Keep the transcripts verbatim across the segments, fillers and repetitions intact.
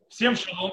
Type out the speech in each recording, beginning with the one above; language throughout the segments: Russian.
Всем шалом,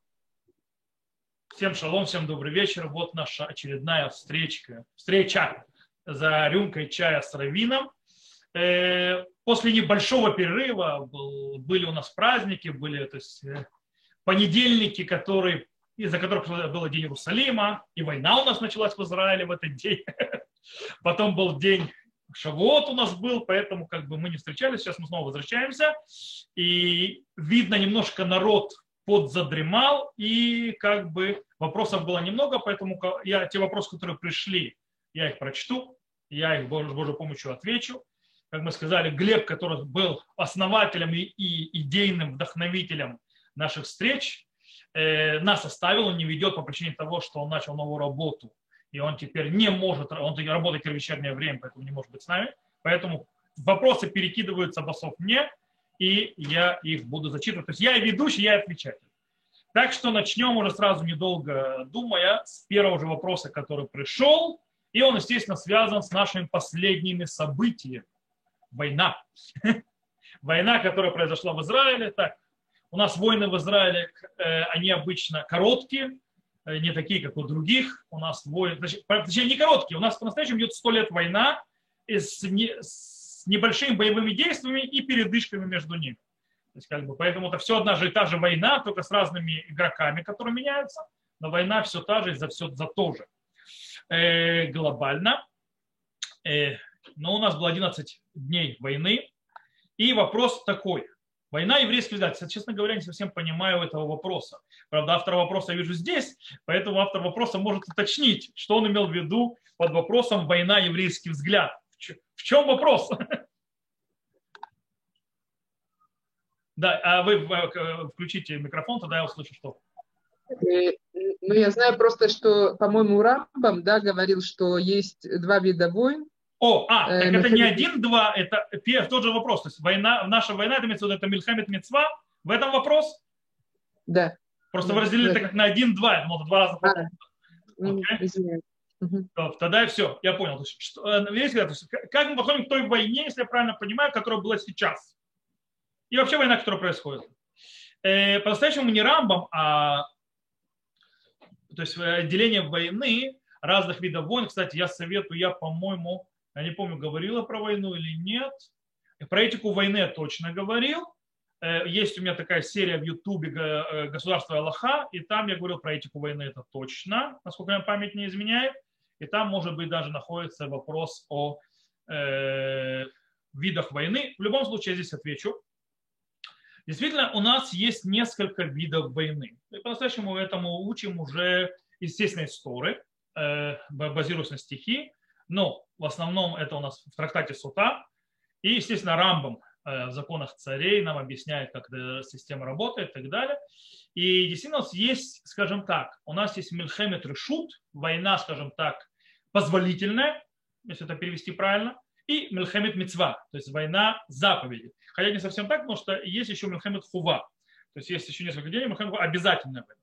всем шалом, всем добрый вечер. Вот наша очередная встречка, встреча за рюмкой чая с раввином. Э, После небольшого перерыва был, были у нас праздники, были то есть, э, понедельники, которые, из-за которых был день Иерусалима, и война у нас началась в Израиле в этот день. Потом был день Шавуот у нас был, поэтому как бы мы не встречались, сейчас мы снова возвращаемся. И видно, немножко народ подзадремал, и как бы вопросов было немного, поэтому я те вопросы, которые пришли, я их прочту, я их с Божьей помощью отвечу. Как мы сказали, Глеб, который был основателем и, и идейным вдохновителем наших встреч, э, нас оставил, он не ведет по причине того, что он начал новую работу, и он теперь не может, он работает в вечернее время, поэтому не может быть с нами. Поэтому вопросы перекидываются басов мне, и я их буду зачитывать. То есть я и ведущий, я и отвечатель. Так что начнем уже сразу, недолго думая, с первого же вопроса, который пришел. И он, естественно, связан с нашими последними событиями. Война. Война, которая произошла в Израиле. Так, у нас войны в Израиле, они обычно короткие, не такие, как у других. У нас войны, точнее, не короткие. У нас по-настоящему идет сто лет война с небольшими боевыми действиями и передышками между ними. То есть, как бы, поэтому это все одна же и та же война, только с разными игроками, которые меняются. Но война все та же и за все за то же. Э, глобально. Э, но у нас было одиннадцать дней войны. И вопрос такой. Война еврейских лидеров. Честно говоря, не совсем понимаю этого вопроса. Правда, автор вопроса я вижу здесь, поэтому автор вопроса может уточнить, что он имел в виду под вопросом «война, еврейский взгляд». В чем вопрос? Да, а вы включите микрофон, тогда я услышу, что. Ну, я знаю просто, что, по-моему, Рамбам, да, говорил, что есть два вида войн. О, а, так это не один-два, это тот же вопрос. То есть война, наша война, это, это Мильхамет Мицва, в этом вопрос? Да. Просто вы разделили это как на один-два, ну, это два разных вопроса. А, извиняюсь. Угу. Тогда все, я понял. То есть, что, то есть, как мы подходим к той войне, если я правильно понимаю, которая была сейчас? И вообще война, которая происходит. Э, по-настоящему не Рамбам, а то есть отделение войны, разных видов войн. Кстати, я советую, я, по-моему, я не помню, говорила про войну или нет. Про этику войны я точно говорил. Э, есть у меня такая серия в Ютубе «Государство Аллаха», и там я говорил про этику войны, это точно, насколько мне память не изменяет. И там, может быть, даже находится вопрос о э, видах войны. В любом случае, я здесь отвечу. Действительно, у нас есть несколько видов войны. И по-настоящему этому учим уже, естественно, из Торы, э, базируясь на стихи. Но в основном это у нас в трактате Сута. И, естественно, Рамбам э, в законах царей нам объясняет, как эта система работает и так далее. И действительно, у нас есть, скажем так, у нас есть Мильхемет Решут, война, скажем так, позволительная, если это перевести правильно, и Мильхемет Мицва, то есть война заповеди. Хотя не совсем так, потому что есть еще Мильхемет Хува, то есть есть еще несколько дней, Мильхемет Хува обязательная война.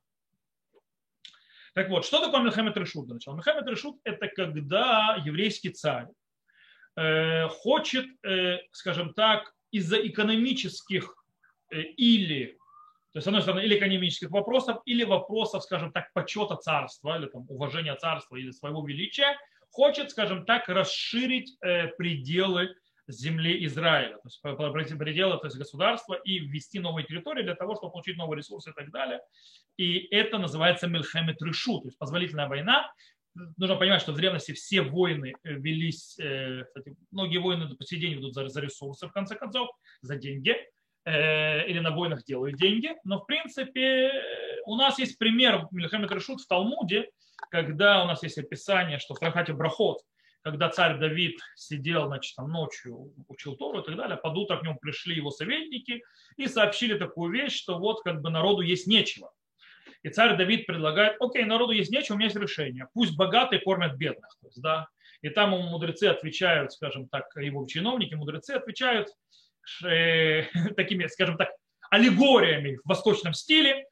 Так вот, что такое Мильхемет Решут для начала? Мильхемет Решут – это когда еврейский царь э, хочет, э, скажем так, из-за экономических э, или То есть, с одной стороны, или экономических вопросов, или вопросов, скажем так, почета царства, или там, уважения царства, или своего величия, хочет, скажем так, расширить э, пределы земли Израиля, то есть пределы то есть государства, и ввести новые территории для того, чтобы получить новые ресурсы и так далее. И это называется Мильхемет Решу, то есть позволительная война. Нужно понимать, что в древности все войны велись, э, кстати, многие войны по сей день ведут за, за ресурсы, в конце концов, за деньги. Или на войнах делают деньги. Но, в принципе, у нас есть пример Мильхемет Решут в Талмуде, когда у нас есть описание, что в трактате Брахот, когда царь Давид сидел, значит, там ночью, учил Тору и так далее, под утро к нему пришли его советники и сообщили такую вещь, что вот как бы народу есть нечего. И царь Давид предлагает: окей, народу есть нечего, у меня есть решение. Пусть богатые кормят бедных. То есть, да. И там ему мудрецы отвечают, скажем так, его чиновники, мудрецы отвечают такими, скажем так, аллегориями в восточном стиле,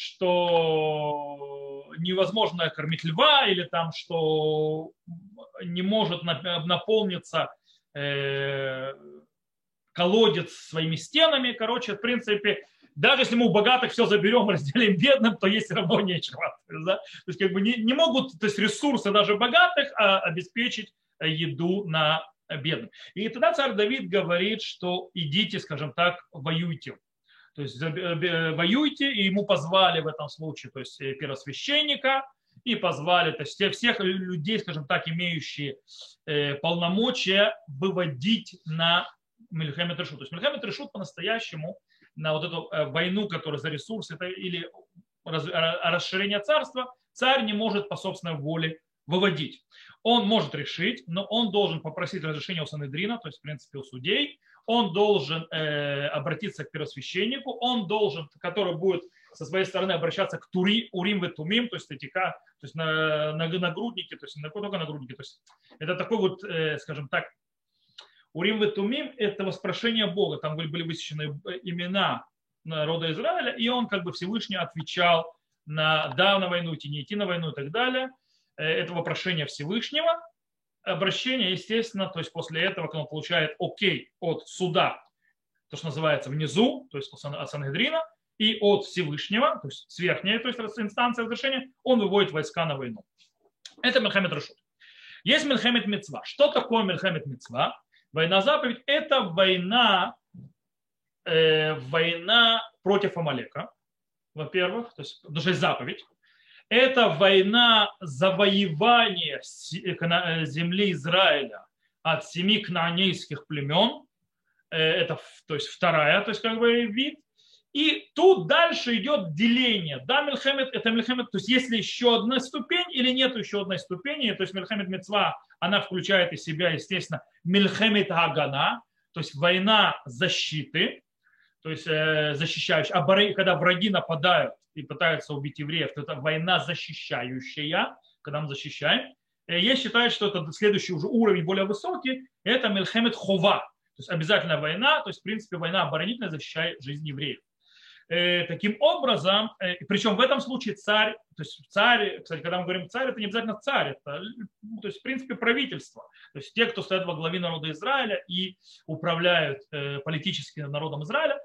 что невозможно кормить льва, или там, что не может наполниться колодец своими стенами. Короче, в принципе, даже если мы у богатых все заберем и разделим бедным, то есть все равно нечего. Да? То есть как бы не, не могут то есть ресурсы даже богатых а, обеспечить еду на бедных. И тогда царь Давид говорит, что идите, скажем так, воюйте. То есть воюйте, и ему позвали в этом случае, то есть первосвященника, и позвали то есть всех людей, скажем так, имеющие полномочия выводить на Мельхемет Решут. То есть Мельхемет Решут по-настоящему на вот эту войну, которая за ресурсы это, или расширение царства, царь не может по собственной воле выводить. Он может решить, но он должен попросить разрешения у Санедрина, то есть, в принципе, у судей. Он должен э, обратиться к первосвященнику, он должен, который будет со своей стороны обращаться к тури, урим и тумим, то есть, этика, то есть на, на нагрудники, то есть не только нагрудники. То есть это такой вот, э, скажем так, урим и тумим – это воспрошение Бога. Там были, были высечены имена народа Израиля, и он как бы Всевышний отвечал на да на войну, идти, не идти на войну и так далее. Это вопрошение Всевышнего. Обращение, естественно, то есть после этого, когда он получает окей от суда, то, что называется внизу, то есть от Сангедрина, и от Всевышнего, то есть сверхняя, то есть инстанция разрешения, он выводит войска на войну. Это Мельхемет Решут. Есть Мельхемет Мицва. Что такое Мельхемет Мицва? Война заповедь – это война, э, война против Амалека, во-первых, то есть, потому что есть заповедь. Это война завоевания земли Израиля от семи кнаанейских племен. Это то есть вторая, то есть как бы вид. И тут дальше идет деление. Да, Мельхемет, это Мельхемет, то есть есть ли еще одна ступень или нет еще одной ступени. То есть Мельхемет Мицва, она включает из себя, естественно, Мельхемет Агана, то есть война защиты, то есть защищающая. А когда враги нападают и пытаются убить евреев, то это война защищающая, когда мы защищаем. Я считаю, что это следующий уже уровень, более высокий, это Мельхемет Хова, то есть обязательная война, то есть в принципе война оборонительная, защищает жизнь евреев. Таким образом, причем в этом случае царь, то есть царь, кстати, когда мы говорим царь, это не обязательно царь, это то есть в принципе правительство, то есть те, кто стоят во главе народа Израиля и управляют политически народом Израиля,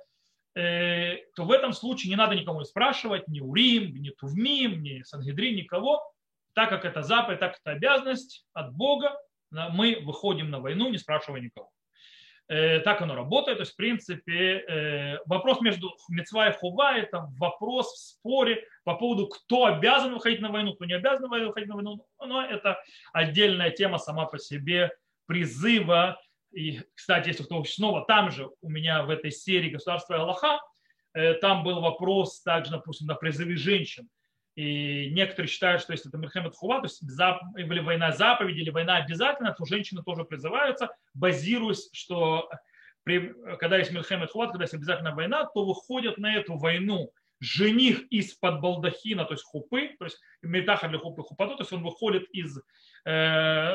то в этом случае не надо никому спрашивать, ни Урим, ни Тувмим, ни Сангедрин, никого. Так как это заповедь, так как это обязанность от Бога, мы выходим на войну, не спрашивая никого. Так оно работает. То есть, в принципе, вопрос между Мицва и Хува – это вопрос в споре по поводу, кто обязан выходить на войну, кто не обязан выходить на войну. Но это отдельная тема сама по себе призыва. И, кстати, если кто снова там же у меня в этой серии «Государство и Аллаха», там был вопрос также, допустим, на призыве женщин. И некоторые считают, что если это Мельхемет Хува, то есть или война заповеди, или война обязательная, то женщины тоже призываются, базируясь, что при, когда есть Мельхемет Хува, когда есть обязательная война, то выходят на эту войну жених из-под балдахина, то есть хупы, то есть метаха для хупы хупату, то есть он выходит из э,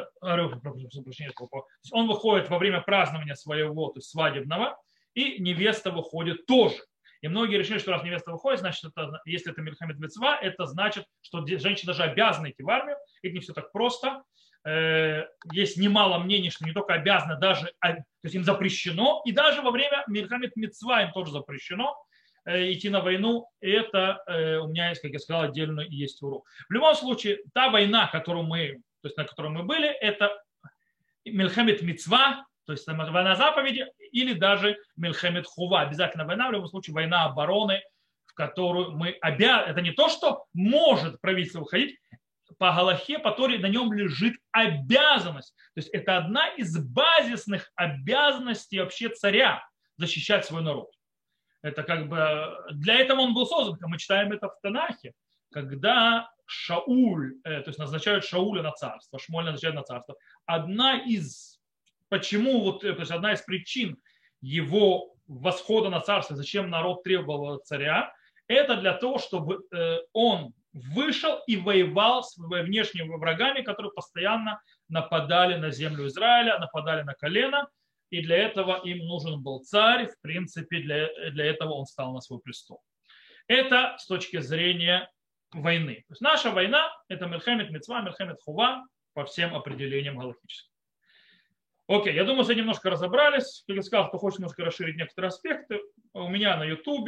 он выходит во время празднования своего, то есть свадебного, и невеста выходит тоже. И многие решили, что раз невеста выходит, значит, это, если это Мельхемет Мицва, это значит, что женщина даже обязана идти в армию. Это не все так просто. Есть немало мнений, что не только обязаны, даже, то есть им запрещено, и даже во время Мельхемет Мицва им тоже запрещено идти на войну. И это у меня есть, как я сказал, отдельно есть урок. В любом случае, та война, которую мы, то есть на которой мы были, это Мельхемет Мицва, то есть война заповеди, или даже Мельхемет Хува, обязательно война, в любом случае война обороны, в которую мы обязаны, это не то, что может правительство выходить, по Галахе, по Торе на нем лежит обязанность. То есть это одна из базисных обязанностей вообще царя защищать свой народ. Это как бы для этого он был создан, мы читаем это в Танахе, когда Шауль, то есть назначают Шауля на царство, Шмуэль назначает на царство. Одна из Почему вот, то есть одна из причин его восхода на царство, зачем народ требовал царя, это для того, чтобы он вышел и воевал с внешними врагами, которые постоянно нападали на землю Израиля, нападали на колено, и для этого им нужен был царь, в принципе, для, для этого он стал на свой престол. Это с точки зрения войны. То есть наша война – это Мельхемет Мицва, Мельхемет Хува по всем определениям галахическим. Окей, я думаю, что немножко разобрались. Как я сказал, кто хочет немножко расширить некоторые аспекты, у меня на Ютубе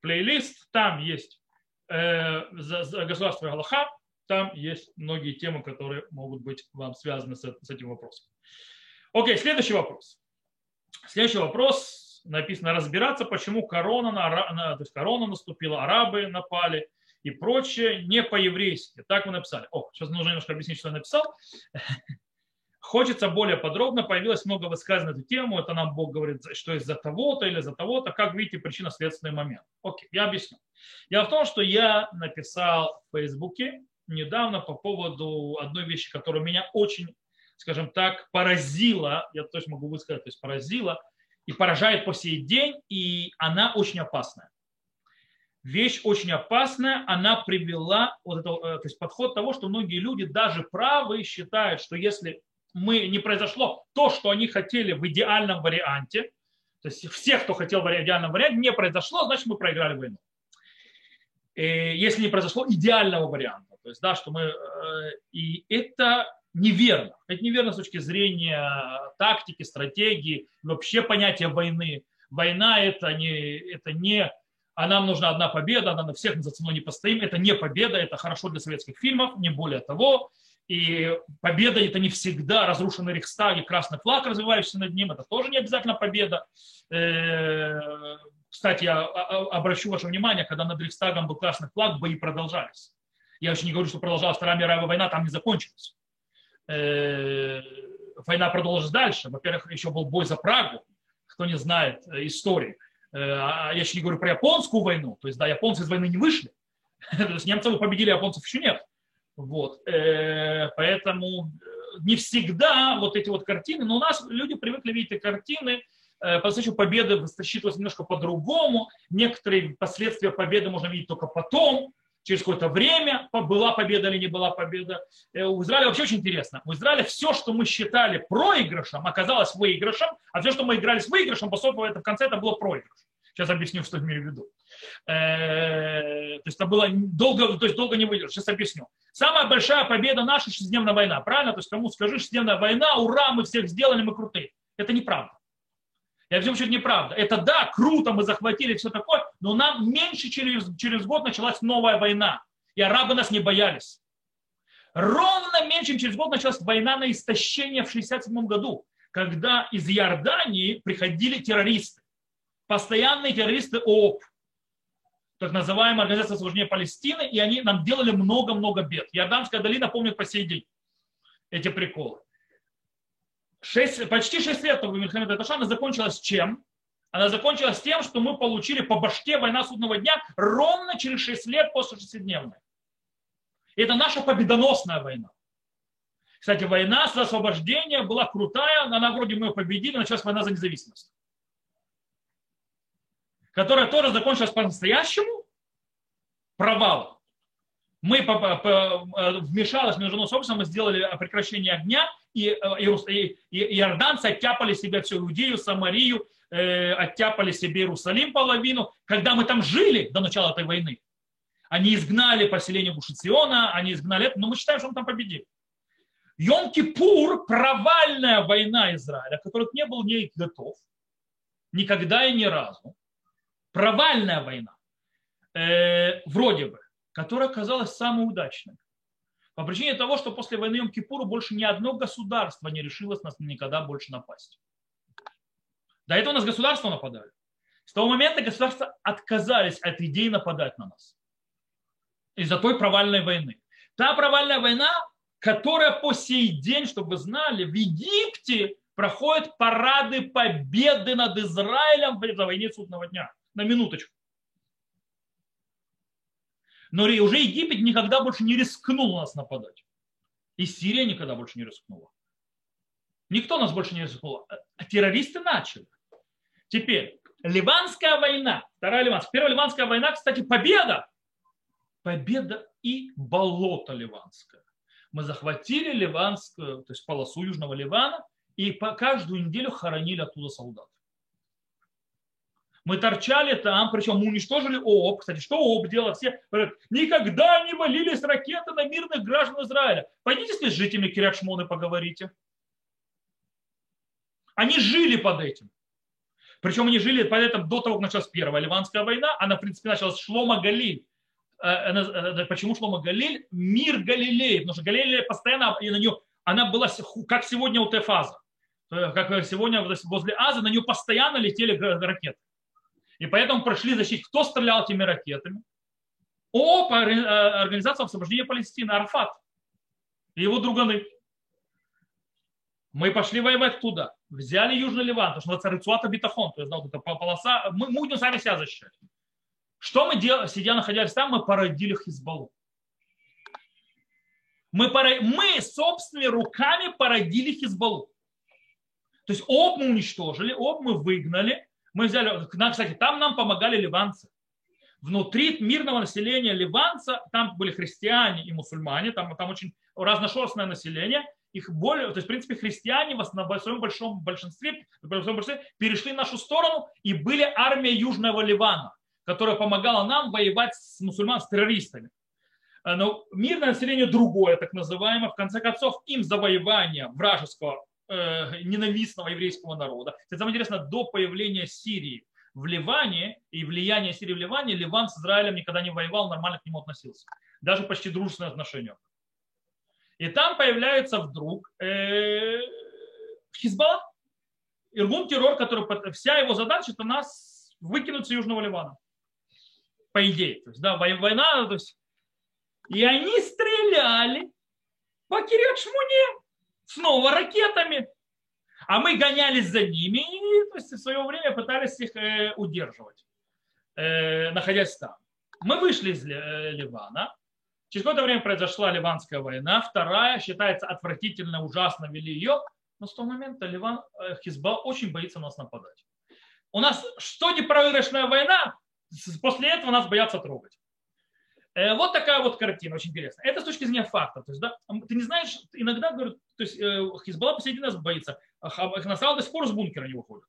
плейлист, там есть э, за, за государство и Галаха, там есть многие темы, которые могут быть вам связаны с, с этим вопросом. Окей, следующий вопрос. Следующий вопрос. Написано разбираться, почему корона, на, то есть корона наступила, арабы напали и прочее, не по-еврейски. Так вы написали. О, сейчас нужно немножко объяснить, что я написал. Хочется более подробно. Появилось много высказаний на эту тему. Это нам Бог говорит, что из-за того-то или из-за того-то. Как видите, причинно-следственный момент. Окей, я объясню. Дело в том, что я написал в Фейсбуке недавно по поводу одной вещи, которая меня очень, скажем так, поразила. Я точно могу высказать, то есть поразила. И поражает по сей день. И она очень опасная. Вещь очень опасная, она привела вот это, то есть подход того, что многие люди, даже правые, считают, что если мы, не произошло то, что они хотели в идеальном варианте, то есть всех, кто хотел в идеальном варианте, не произошло, значит мы проиграли войну. И если не произошло идеального варианта, то есть да, что мы, и это неверно, это неверно с точки зрения тактики, стратегии, вообще понятия войны. Война это не, это не а нам нужна одна победа, она на всех за ценой не постоим. Это не победа, это хорошо для советских фильмов, не более того. И победа это не всегда разрушенный Рейхстаг и красный флаг, развивающийся над ним, это тоже не обязательно победа. Кстати, я обращу ваше внимание, когда над Рейхстагом был красный флаг, бои продолжались. Я еще не говорю, что продолжалась Вторая мировая война, там не закончилась. Война продолжилась дальше. Во-первых, еще был бой за Прагу, кто не знает истории. Я еще не говорю про японскую войну, то есть, да, японцы из войны не вышли, то есть немцев победили, японцев еще нет. Вот. Поэтому не всегда вот эти вот картины, но у нас люди привыкли видеть эти картины, по случаю победы считываются немножко по-другому, некоторые последствия победы можно видеть только потом, через какое-то время, была победа или не была победа. У Израиля вообще очень интересно. У Израиля все, что мы считали проигрышем, оказалось выигрышем, а все, что мы играли с выигрышем, по сути, в конце это было проигрыш. Сейчас объясню, что я имею в виду. То есть это было долго, то есть долго не выдержал. Сейчас объясню. Самая большая победа наша — шестидневная война. Правильно? То есть кому скажи, шестидневная война, ура, мы всех сделали, мы крутые. Это неправда. Я всем что это неправда. Это да, круто, мы захватили все такое, но нам меньше через, через год началась новая война. И арабы нас не боялись. Ровно меньше, чем через год началась война на истощение в шестьдесят седьмом году, когда из Иордании приходили террористы. Постоянные террористы ООП, так называемая Организация освобождения Палестины, и они нам делали много-много бед. Иорданская долина помнит по сей день эти приколы. Шесть, почти шесть лет Милхамед Аташана закончилась чем? Она закончилась тем, что мы получили по башке война судного дня ровно через шесть лет после шестидневной. И это наша победоносная война. Кстати, война за освобождение была крутая, на вроде мы ее победили, началась война за независимость, которая тоже закончилась по-настоящему провалом. Мы вмешалось в международное сообщество, мы сделали прекращение огня, и, и, и иорданцы оттяпали себе всю Иудею, Самарию, э, оттяпали себе Иерусалим половину. Когда мы там жили до начала этой войны, они изгнали поселение Гуш-Эциона, они изгнали это, но мы считаем, что мы там победили. Йом-Кипур — провальная война Израиля, к которой не был не готов, никогда и ни разу. Провальная война, э, вроде бы, которая оказалась самой удачной. По причине того, что после войны Йом-Кипура больше ни одно государство не решилось нас никогда больше напасть. До этого у нас государства нападали. С того момента государства отказались от идеи нападать на нас. Из-за той провальной войны. Та провальная война, которая по сей день, чтобы вы знали, в Египте проходят парады победы над Израилем в войне судного дня. На минуточку. Но уже Египет никогда больше не рискнул нас нападать. И Сирия никогда больше не рискнула. Никто нас больше не рискнул. А террористы начали. Теперь, Ливанская война. Вторая Ливанская. Первая Ливанская война, кстати, победа. Победа и болото Ливанское. Мы захватили Ливанскую, то есть полосу Южного Ливана, и по каждую неделю хоронили оттуда солдат. Мы торчали там, причем мы уничтожили ООП. Кстати, что ООП делает? Все говорят, никогда не валились ракеты на мирных граждан Израиля. Пойдите с жителями Кирьят-Шмоны поговорите. Они жили под этим. Причем они жили, поэтому до того, как началась Первая Ливанская война, она, в принципе, началась с Шлома Галиль. Почему Шлома Галиль? Мир Галилеи. Потому что Галилея постоянно, и на нее, она была, как сегодня у Тефаза. Как сегодня возле Аза, на нее постоянно летели ракеты. И поэтому прошли защитить. Кто стрелял этими ракетами? О, Организация освобождения Палестины, Арафат. И его друганы. Мы пошли воевать туда. Взяли Южный Ливан, потому что Рецуата Битахон, то есть да, вот эта полоса, мы, мы будем сами себя защищать. Что мы делали, сидя находясь там, мы породили Хизбаллу. Мы, пора... мы собственными руками породили Хизбаллу. То есть об мы уничтожили, об мы выгнали. Мы взяли, кстати, там нам помогали ливанцы. Внутри мирного населения ливанца, там были христиане и мусульмане, там, там очень разношерстное население. Их более, то есть, в принципе, христиане в своем большом большинстве, в большом большинстве перешли в нашу сторону и были армия Южного Ливана, которая помогала нам воевать с мусульман, с террористами. Но мирное население другое, так называемое, в конце концов, им завоевание вражеского, э, ненавистного еврейского народа. Кстати, самое интересное, до появления Сирии в Ливане и влияния Сирии в Ливане, Ливан с Израилем никогда не воевал, нормально к нему относился. Даже почти дружественные отношения. И там появляется вдруг э, Хизбалла, Иргун террор, который вся его задача это нас выкинуть с Южного Ливана. По идее. То есть, да, война. То есть, и они стреляли по Кирьят-Шмуне снова ракетами. А мы гонялись за ними и то есть, в свое время пытались их э, удерживать, э, находясь там. Мы вышли из Ливана. Через какое-то время произошла Ливанская война. Вторая, считается, отвратительно, ужасно вели ее. Но с того момента Ливан, Хизбалла очень боится нас нападать. У нас что не проигрышная война, после этого нас боятся трогать. Вот такая вот картина, очень интересная. Это с точки зрения факта. То есть, да, ты не знаешь, иногда говорят, то есть Хизбалла посреди нас боится, а Насралла до сих пор с бункера не выходит.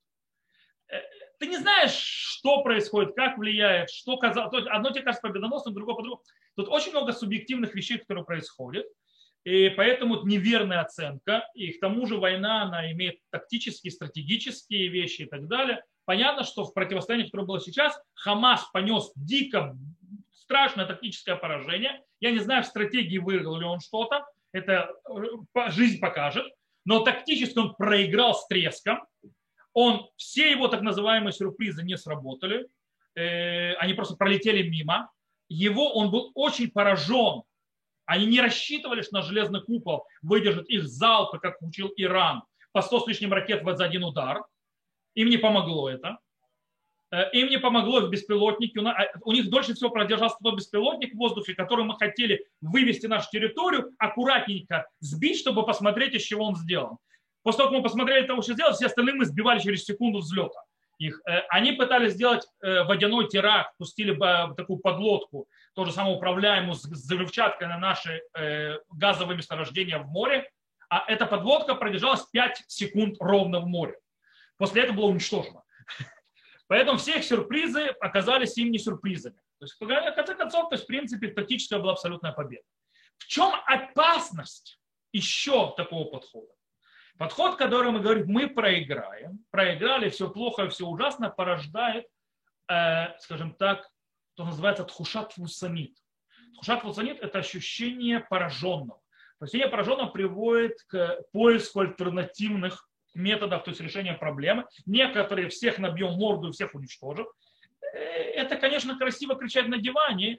Ты не знаешь, что происходит, как влияет, что казалось. Одно тебе кажется победоносным, другое по-другому. Тут очень много субъективных вещей, которые происходят. И поэтому неверная оценка. И к тому же война, она имеет тактические, стратегические вещи и так далее. Понятно, что в противостоянии, которое было сейчас, Хамас понес дико страшное тактическое поражение. Я не знаю, в стратегии выиграл ли он что-то. Это жизнь покажет. Но тактически он проиграл с треском. Он, все его так называемые сюрпризы не сработали, э, они просто пролетели мимо. Его, он был очень поражен. Они не рассчитывали, что на железный купол выдержит их залпы, как учил Иран, по сто с лишним ракет за один удар. Им не помогло это. Э, им не помогло их беспилотники. У них дольше всего продержался тот беспилотник в воздухе, который мы хотели вывести нашу территорию, аккуратненько сбить, чтобы посмотреть, из чего он сделан. После того, как мы посмотрели того, что сделать, все остальные мы сбивали через секунду взлета их. Они пытались сделать водяной теракт, пустили такую подлодку, тоже самоуправляемую с взрывчаткой на наши газовые месторождения в море, а эта подлодка продержалась пять секунд ровно в море. После этого была уничтожена. Поэтому все их сюрпризы оказались им не сюрпризами. То есть, в конце концов, то есть, в принципе, тактическая была абсолютная победа. В чем опасность еще такого подхода? Подход, который мы говорим, мы проиграем, проиграли, все плохо, все ужасно, порождает, э, скажем так, что называется тхушат вусанит. Тхушат вусанит – это ощущение пораженного. Ощущение пораженного приводит к поиску альтернативных методов, то есть решения проблемы. Некоторые всех набьем морду и всех уничтожим. Это, конечно, красиво кричать на диване.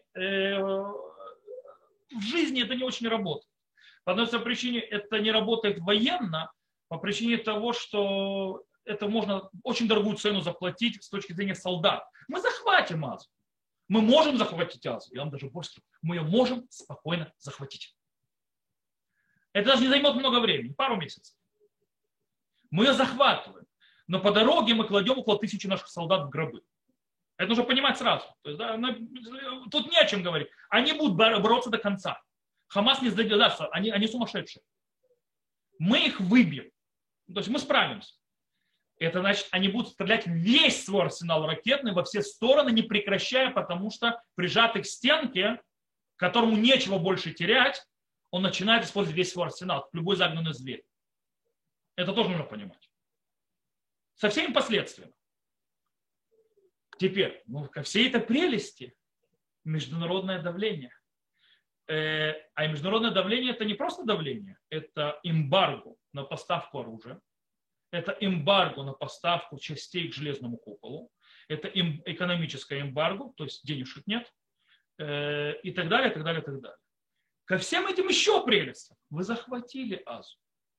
В жизни это не очень работает. По одной причине это не работает военно, по причине того, что это можно очень дорогую цену заплатить с точки зрения солдат. Мы захватим Азу. Мы можем захватить Азу. Я вам даже больше скажу. Мы ее можем спокойно захватить. Это даже не займет много времени, пару месяцев. Мы ее захватываем. Но по дороге мы кладем около тысячи наших солдат в гробы. Это нужно понимать сразу. То есть, да, тут не о чем говорить. Они будут бороться до конца. Хамас не сдастся, они, они сумасшедшие. Мы их выбьем. То есть мы справимся. Это значит, они будут стрелять весь свой арсенал ракетный во все стороны, не прекращая, потому что прижатый к стенке, которому нечего больше терять, он начинает использовать весь свой арсенал, любой загнанный зверь. Это тоже нужно понимать. Со всеми последствиями. Теперь, ну, ко всей этой прелести международное давление. Э, а международное давление это не просто давление, это эмбарго на поставку оружия, это эмбарго на поставку частей к железному куполу, это эм, экономическое эмбарго, то есть денежек нет, э, и так далее, и так далее, и так далее. Ко всем этим еще прелестям вы захватили Азу.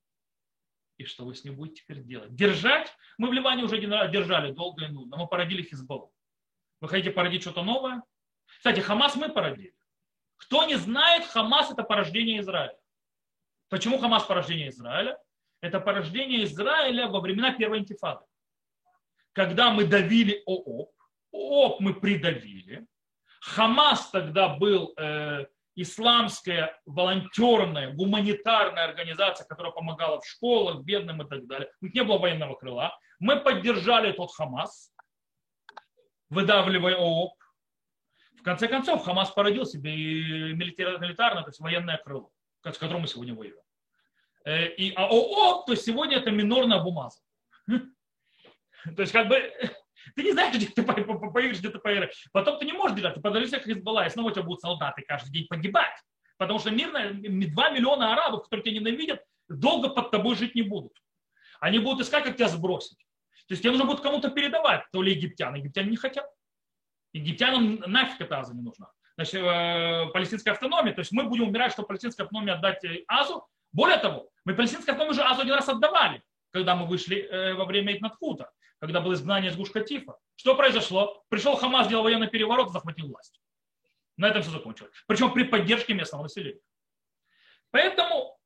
И что вы с ней будете теперь делать? Держать? Мы в Ливане уже держали долго и нудно. Мы породили Хизбаллу. Вы хотите породить что-то новое? Кстати, Хамас мы породили. Кто не знает, Хамас это порождение Израиля. Почему Хамас порождение Израиля? Это порождение Израиля во времена Первой интифады. Когда мы давили ООП, ООП мы придавили. Хамас тогда был э, исламская, волонтерная, гуманитарная организация, которая помогала в школах, бедным и так далее. У них не было военного крыла. Мы поддержали тот Хамас, выдавливая ООП. В конце концов, Хамас породил себе и милитарное, то есть военное крыло, с которым мы сегодня воюем. И ООП, то есть сегодня это минорная бумага. То есть как бы ты не знаешь, где ты появишься, где ты появишься. Потом ты не можешь держать, ты подожди Хизбалла, и снова у тебя будут солдаты каждый день погибать. Потому что мирно, два миллиона арабов, которые тебя ненавидят, долго под тобой жить не будут. Они будут искать, как тебя сбросить. То есть тебе нужно будет кому-то передавать, то ли египтян. Египтяне не хотят. Египтянам нафиг эта Аза не нужна. Значит, э, палестинская автономия, то есть мы будем умирать, чтобы палестинская автономия отдать Азу. Более того, мы палестинской автономии уже Азу один раз отдавали, когда мы вышли э, во время Итнатфута, когда было изгнание из Гуш-Катифа. Что произошло? Пришел Хамас, сделал военный переворот, захватил власть. На этом все закончилось. Причем при поддержке местного населения. Поэтому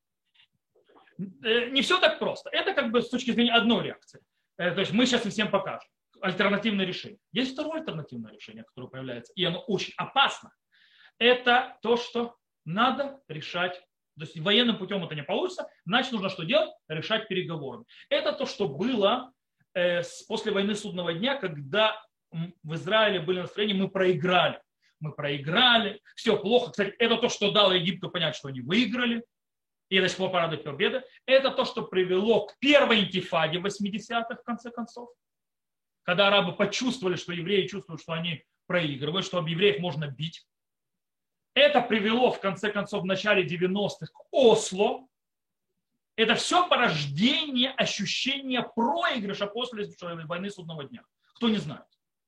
э, не все так просто. Это как бы с точки зрения одной реакции. Э, то есть мы сейчас всем покажем. Альтернативное решение. Есть второе альтернативное решение, которое появляется, и оно очень опасно. Это то, что надо решать. То есть военным путем это не получится, значит нужно что делать? Решать переговорами. Это то, что было э, после войны Судного дня, когда в Израиле были настроения, мы проиграли. Мы проиграли, все плохо. Кстати, это то, что дало Египту понять, что они выиграли, и до сих пор порадует победы. Это то, что привело к первой интифаде в восьмидесятых, в конце концов. Когда арабы почувствовали, что евреи чувствуют, что они проигрывают, что евреев можно бить. Это привело, в конце концов, в начале девяностых к Осло. Это все порождение ощущения проигрыша после войны Судного дня. Кто не знает.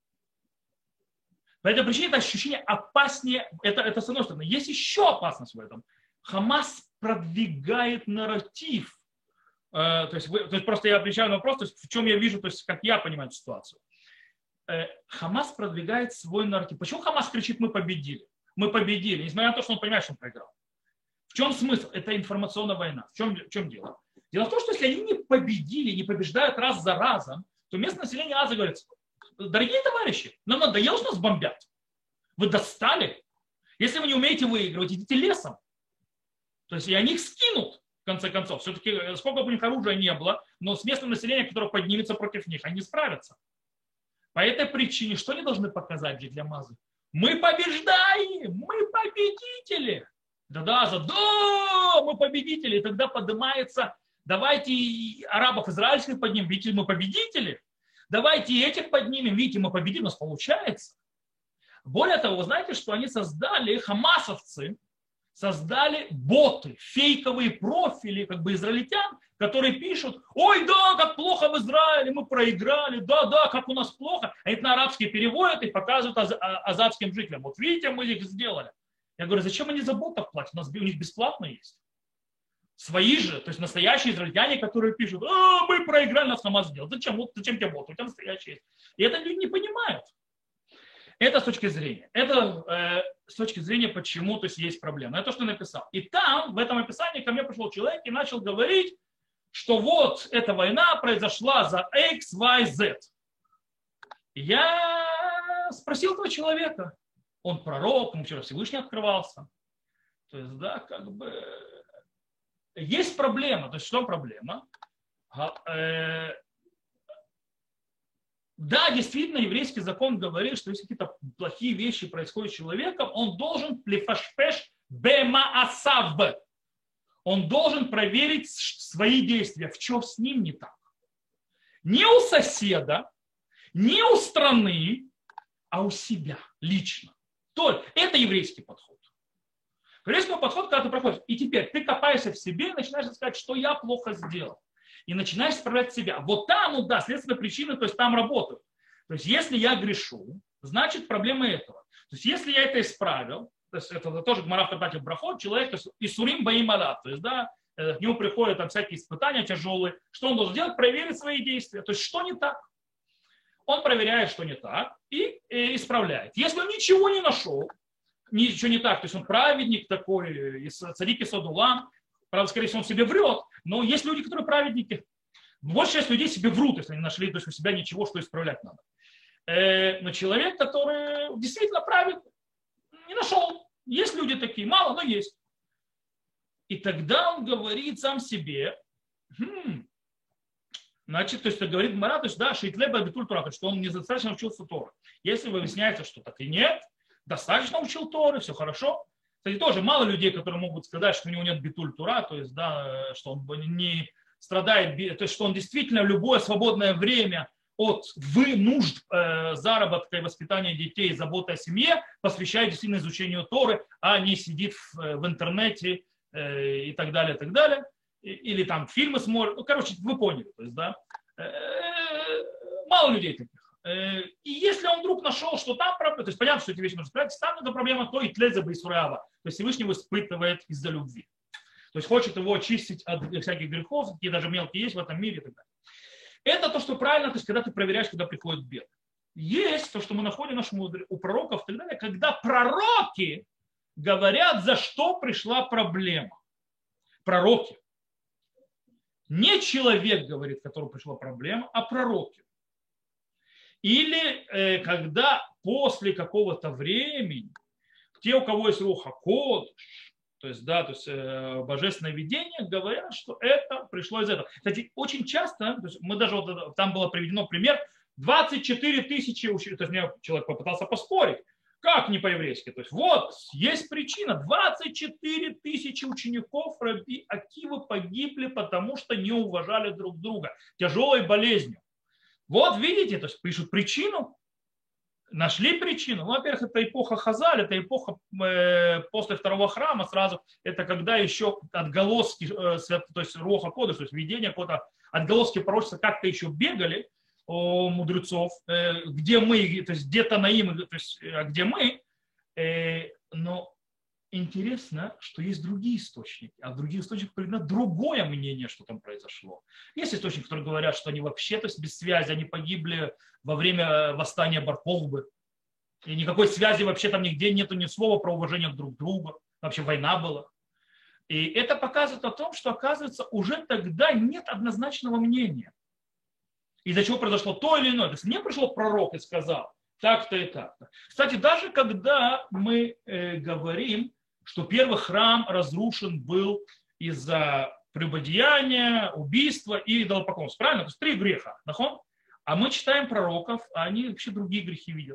По этой причине это ощущение опаснее. Это, это с одной стороны. Есть еще опасность в этом. Хамас продвигает нарратив. То есть, вы, то есть просто я отвечаю на вопрос, то есть в чем я вижу, то есть как я понимаю эту ситуацию. Хамас продвигает свой нарратив. Почему Хамас кричит: мы победили? Мы победили, несмотря на то, что он понимает, что он проиграл. В чем смысл? Это информационная война. В чем, в чем дело? Дело в том, что если они не победили, не побеждают раз за разом, то местное население Азии говорит: дорогие товарищи, нам надоело, что нас бомбят. Вы достали. Если вы не умеете выигрывать, идите лесом. То есть и они их скинут. В конце концов, все-таки сколько бы у них оружия не было, но с местным населением, которое поднимется против них, они справятся. По этой причине, что они должны показать для Мазы? Мы побеждаем, мы победители. Да-да, да, мы победители. И тогда поднимается, давайте арабов израильских поднимем, видите, мы победители. Давайте этих поднимем, видите, мы победим, у нас получается. Более того, вы знаете, что они создали, хамасовцы, создали боты, фейковые профили как бы израильтян, которые пишут: ой, да, как плохо в Израиле, мы проиграли, да, да, как у нас плохо. Они на арабский переводят и показывают аз- азадским жителям: вот видите, мы их сделали. Я говорю: зачем они за ботов платят? У нас у них бесплатно есть. Свои же, то есть настоящие израильтяне, которые пишут: а, мы проиграли, нас Хамас сделал. Зачем? Вот, зачем тебе боты? У тебя настоящие есть. И это люди не понимают. Это с точки зрения. Это э, с точки зрения, почему то есть, есть проблема. Это то, что я написал. И там, в этом описании, ко мне пришел человек и начал говорить, что вот эта война произошла за X, Y, Z. Я спросил этого человека. Он пророк, ему вчера Всевышний открывался. То есть, да, как бы... Есть проблема. То есть, что проблема? Да, действительно, еврейский закон говорит, что если какие-то плохие вещи происходят с человеком, он должен плефашпеш бемаасав. Он должен проверить свои действия, в чем с ним не так. Не у соседа, не у страны, а у себя лично. То, это еврейский подход. Еврейский подход, когда ты проходишь, и теперь ты копаешься в себе и начинаешь сказать, что я плохо сделал. И начинаешь исправлять себя. Вот там, ну да, следственные причины, то есть там работают. То есть если я грешу, значит проблема этого. То есть если я это исправил, то есть это тоже Гмара в Трактате Брахот, человек, то есть Исурим Баим Алат, то есть да, к нему приходят там всякие испытания тяжелые. Что он должен делать? Проверить свои действия. То есть что не так? Он проверяет, что не так, и, и исправляет. Если он ничего не нашел, ничего не так, то есть он праведник такой, цадик и садулам, правда, скорее всего, он себе врет, но есть люди, которые праведники. Большая часть людей себе врут, если они нашли, то есть у себя ничего, что исправлять надо. Но человек, который действительно праведный, не нашел. Есть люди такие, мало, но есть. И тогда он говорит сам себе, хм, значит, то есть говорит Гмара, то есть да, шейтлеба битуль Тора, то есть что он недостаточно учился Торы. Если выясняется, что так и нет, достаточно учил Торы, все хорошо. Кстати, тоже мало людей, которые могут сказать, что у него нет битуль Тора, то есть да, что он не страдает, то есть что он действительно в любое свободное время от вы нужд э, заработка и воспитания детей, заботы о семье посвящает действительно изучению Торы, а не сидит в, в интернете э, и так далее, и так далее. Или там фильмы смотрят. Ну, короче, вы поняли. То есть, да, э, мало людей таких. Э, и если он вдруг нашел, что там проблема, то есть понятно, что эти вещи нужно исправить, там эта проблема, то и тлеза бейсураава. То есть Всевышний его испытывает из-за любви. То есть хочет его очистить от всяких грехов, какие даже мелкие есть в этом мире и так далее. Это то, что правильно, то есть когда ты проверяешь, когда приходит беда. Есть то, что мы находим у пророков, и так далее, когда пророки говорят, за что пришла проблема. Пророки. Не человек говорит, которому пришла проблема, а пророки. Или э, когда после какого-то времени те, у кого есть руха кодыш, то есть, да, то есть э, божественное видение, говорят, что это пришло из этого. Кстати, очень часто, то есть мы даже вот, там было приведено пример, двадцать четыре тысячи учеников, то есть мне человек попытался поспорить, как не по-еврейски, то есть вот, есть причина, двадцать четыре тысячи учеников Раби Акивы погибли, потому что не уважали друг друга, тяжелой болезнью. Вот видите, то есть пишут причину, нашли причину. Ну, во-первых, это эпоха Хазаль, это эпоха э, после второго храма сразу. Это когда еще отголоски, э, то есть Руаха Кодыш, то есть видение какого-то, отголоски пророчества как-то еще бегали у мудрецов, э, где мы, то есть где-то наим, то есть а где мы. Э, но интересно, что есть другие источники, а в других источниках приведено другое мнение, что там произошло. Есть источники, которые говорят, что они вообще, то есть без связи, они погибли во время восстания Бар-Кохбы. И никакой связи вообще там нигде нету ни слова про уважение друг к другу. Вообще война была. И это показывает о том, что, оказывается, уже тогда нет однозначного мнения. Из-за чего произошло то или иное. То есть мне пришел пророк и сказал так-то и так-то. Кстати, даже когда мы э, говорим, что первый храм разрушен был из-за прелюбодеяния, убийства и идолопоклонства. Правильно? То есть три греха. Нахон? А мы читаем пророков, а они вообще другие грехи видят.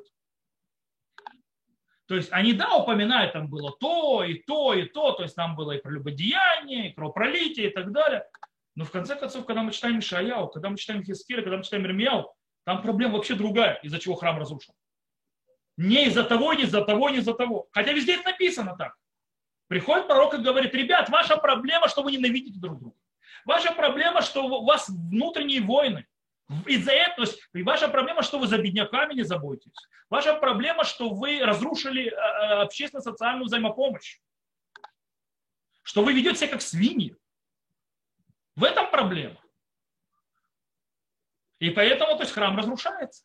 То есть они, да, упоминают, там было то, и то, и то, то есть там было и прелюбодеяние, и кровопролитие и так далее. Но в конце концов, когда мы читаем Ишаяу, когда мы читаем Хискеля, когда мы читаем Ирмияу, там проблема вообще другая, из-за чего храм разрушен. Не из-за того, не из-за того, не из-за того. Хотя везде это написано так. Приходит пророк и говорит: ребят, ваша проблема, что вы ненавидите друг друга. Ваша проблема, что у вас внутренние войны. Из-за этого, то есть, ваша проблема, что вы за бедняками не заботитесь. Ваша проблема, что вы разрушили общественно-социальную взаимопомощь. Что вы ведете себя как свиньи. В этом проблема. И поэтому, то есть, храм разрушается.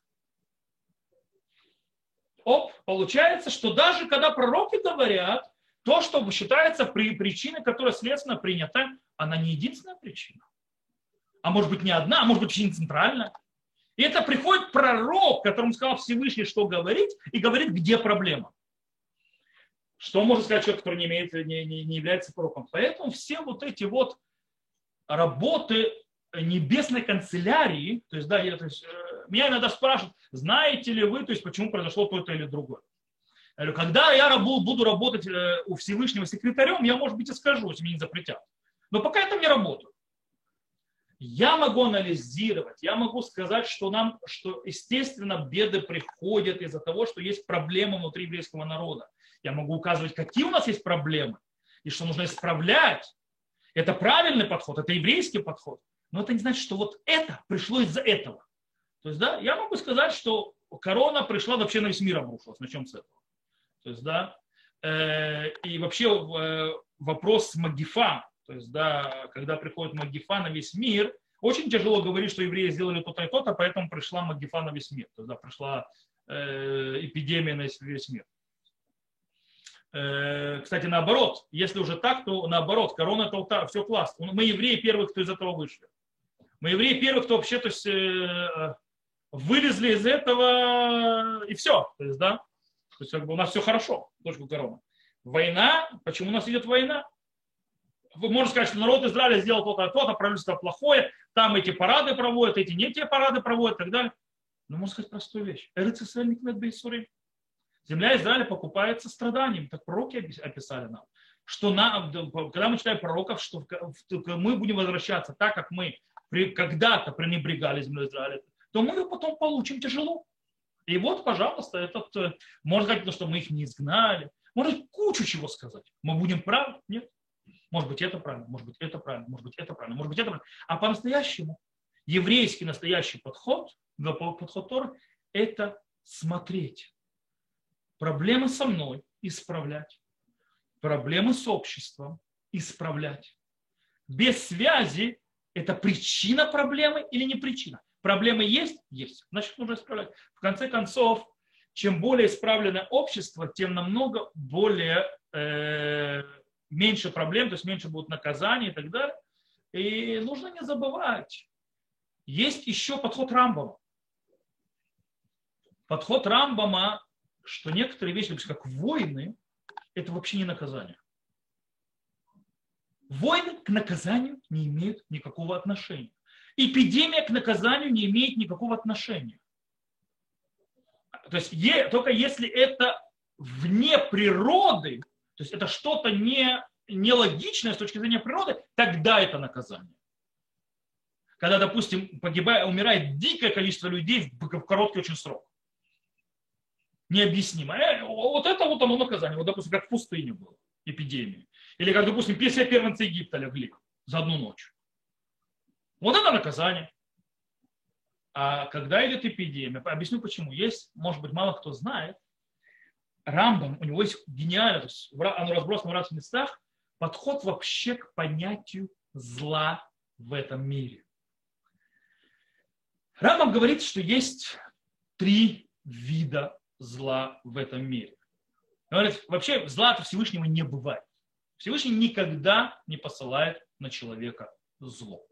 Оп, получается, что даже когда пророки говорят, то, что считается причиной, которая следственно принята, она не единственная причина. А может быть не одна, а может быть очень центральная. И это приходит пророк, которому сказал Всевышний, что говорить, и говорит, где проблема. Что может сказать человек, который не, имеет, не, не, не является пророком. Поэтому все вот эти вот работы небесной канцелярии, то есть, да, я, то есть, меня иногда спрашивают, знаете ли вы, то есть, почему произошло то-то или другое. Я говорю, когда я буду работать у Всевышнего секретарем, я, может быть, и скажу, если мне не запретят. Но пока я там не работаю. Я могу анализировать, я могу сказать, что нам, что естественно беды приходят из-за того, что есть проблемы внутри еврейского народа. Я могу указывать, какие у нас есть проблемы и что нужно исправлять. Это правильный подход, это еврейский подход. Но это не значит, что вот это пришло из-за этого. То есть, да, я могу сказать, что корона пришла вообще на весь мир обрушилась. Начнем с этого. То есть, да, э, и вообще э, вопрос магифа. То есть, да, когда приходит магифа на весь мир, очень тяжело говорить, что евреи сделали то-то и то-то, поэтому пришла магифа на весь мир. То есть, да, пришла э, эпидемия на весь мир. Э, кстати, наоборот, если уже так, то наоборот, корона это все классно. Мы евреи первые, кто из этого вышли. Мы евреи первые, кто вообще то есть, э, вылезли из этого и все. То есть, да, то есть, как бы у нас все хорошо, точку корона. Война, почему у нас идет война? Вы можете сказать, что народ Израиля сделал то-то, то-то, правительство плохое, там эти парады проводят, эти не те парады проводят и так далее. Но можно сказать простую вещь. Эрец Исраэль никнет бейсурим. Земля Израиля покупается страданием. Так пророки описали нам. Что на, когда мы читаем пророков, что мы будем возвращаться так, как мы когда-то пренебрегали землей Израиля, то мы ее потом получим тяжело. И вот, пожалуйста, этот, можно сказать, что мы их не изгнали. Можно кучу чего сказать. Мы будем правы? Нет. Может быть, это правильно, может быть, это правильно, может быть, это правильно, может быть, это правильно. А по-настоящему еврейский настоящий подход, подход Торы, это смотреть. Проблемы со мной исправлять. Проблемы с обществом исправлять. Без связи это причина проблемы или не причина. Проблемы есть? Есть. Значит, нужно исправлять. В конце концов, чем более исправленное общество, тем намного более... Э- меньше проблем, то есть меньше будут наказаний и так далее. И нужно не забывать, есть еще подход Рамбама. Подход Рамбама, что некоторые вещи, как войны, это вообще не наказание. Войны к наказанию не имеют никакого отношения. Эпидемия к наказанию не имеет никакого отношения. То есть только если это вне природы, то есть это что-то не, нелогичное с точки зрения природы, тогда это наказание. Когда, допустим, погибает, умирает дикое количество людей в короткий очень срок. Необъяснимо. Э, вот это вот оно наказание. Вот, допустим, как в пустыне было, эпидемия. Или как, допустим, все первенцы Египта легли за одну ночь. Вот это наказание. А когда идет эпидемия, объясню почему. Есть, может быть, мало кто знает, Рамбам, у него есть гениально, то есть оно разбросано в разных местах, подход вообще к понятию зла в этом мире. Рамбам говорит, что есть три вида зла в этом мире. Он говорит, вообще зла-то Всевышнего не бывает. Всевышний никогда не посылает на человека зло.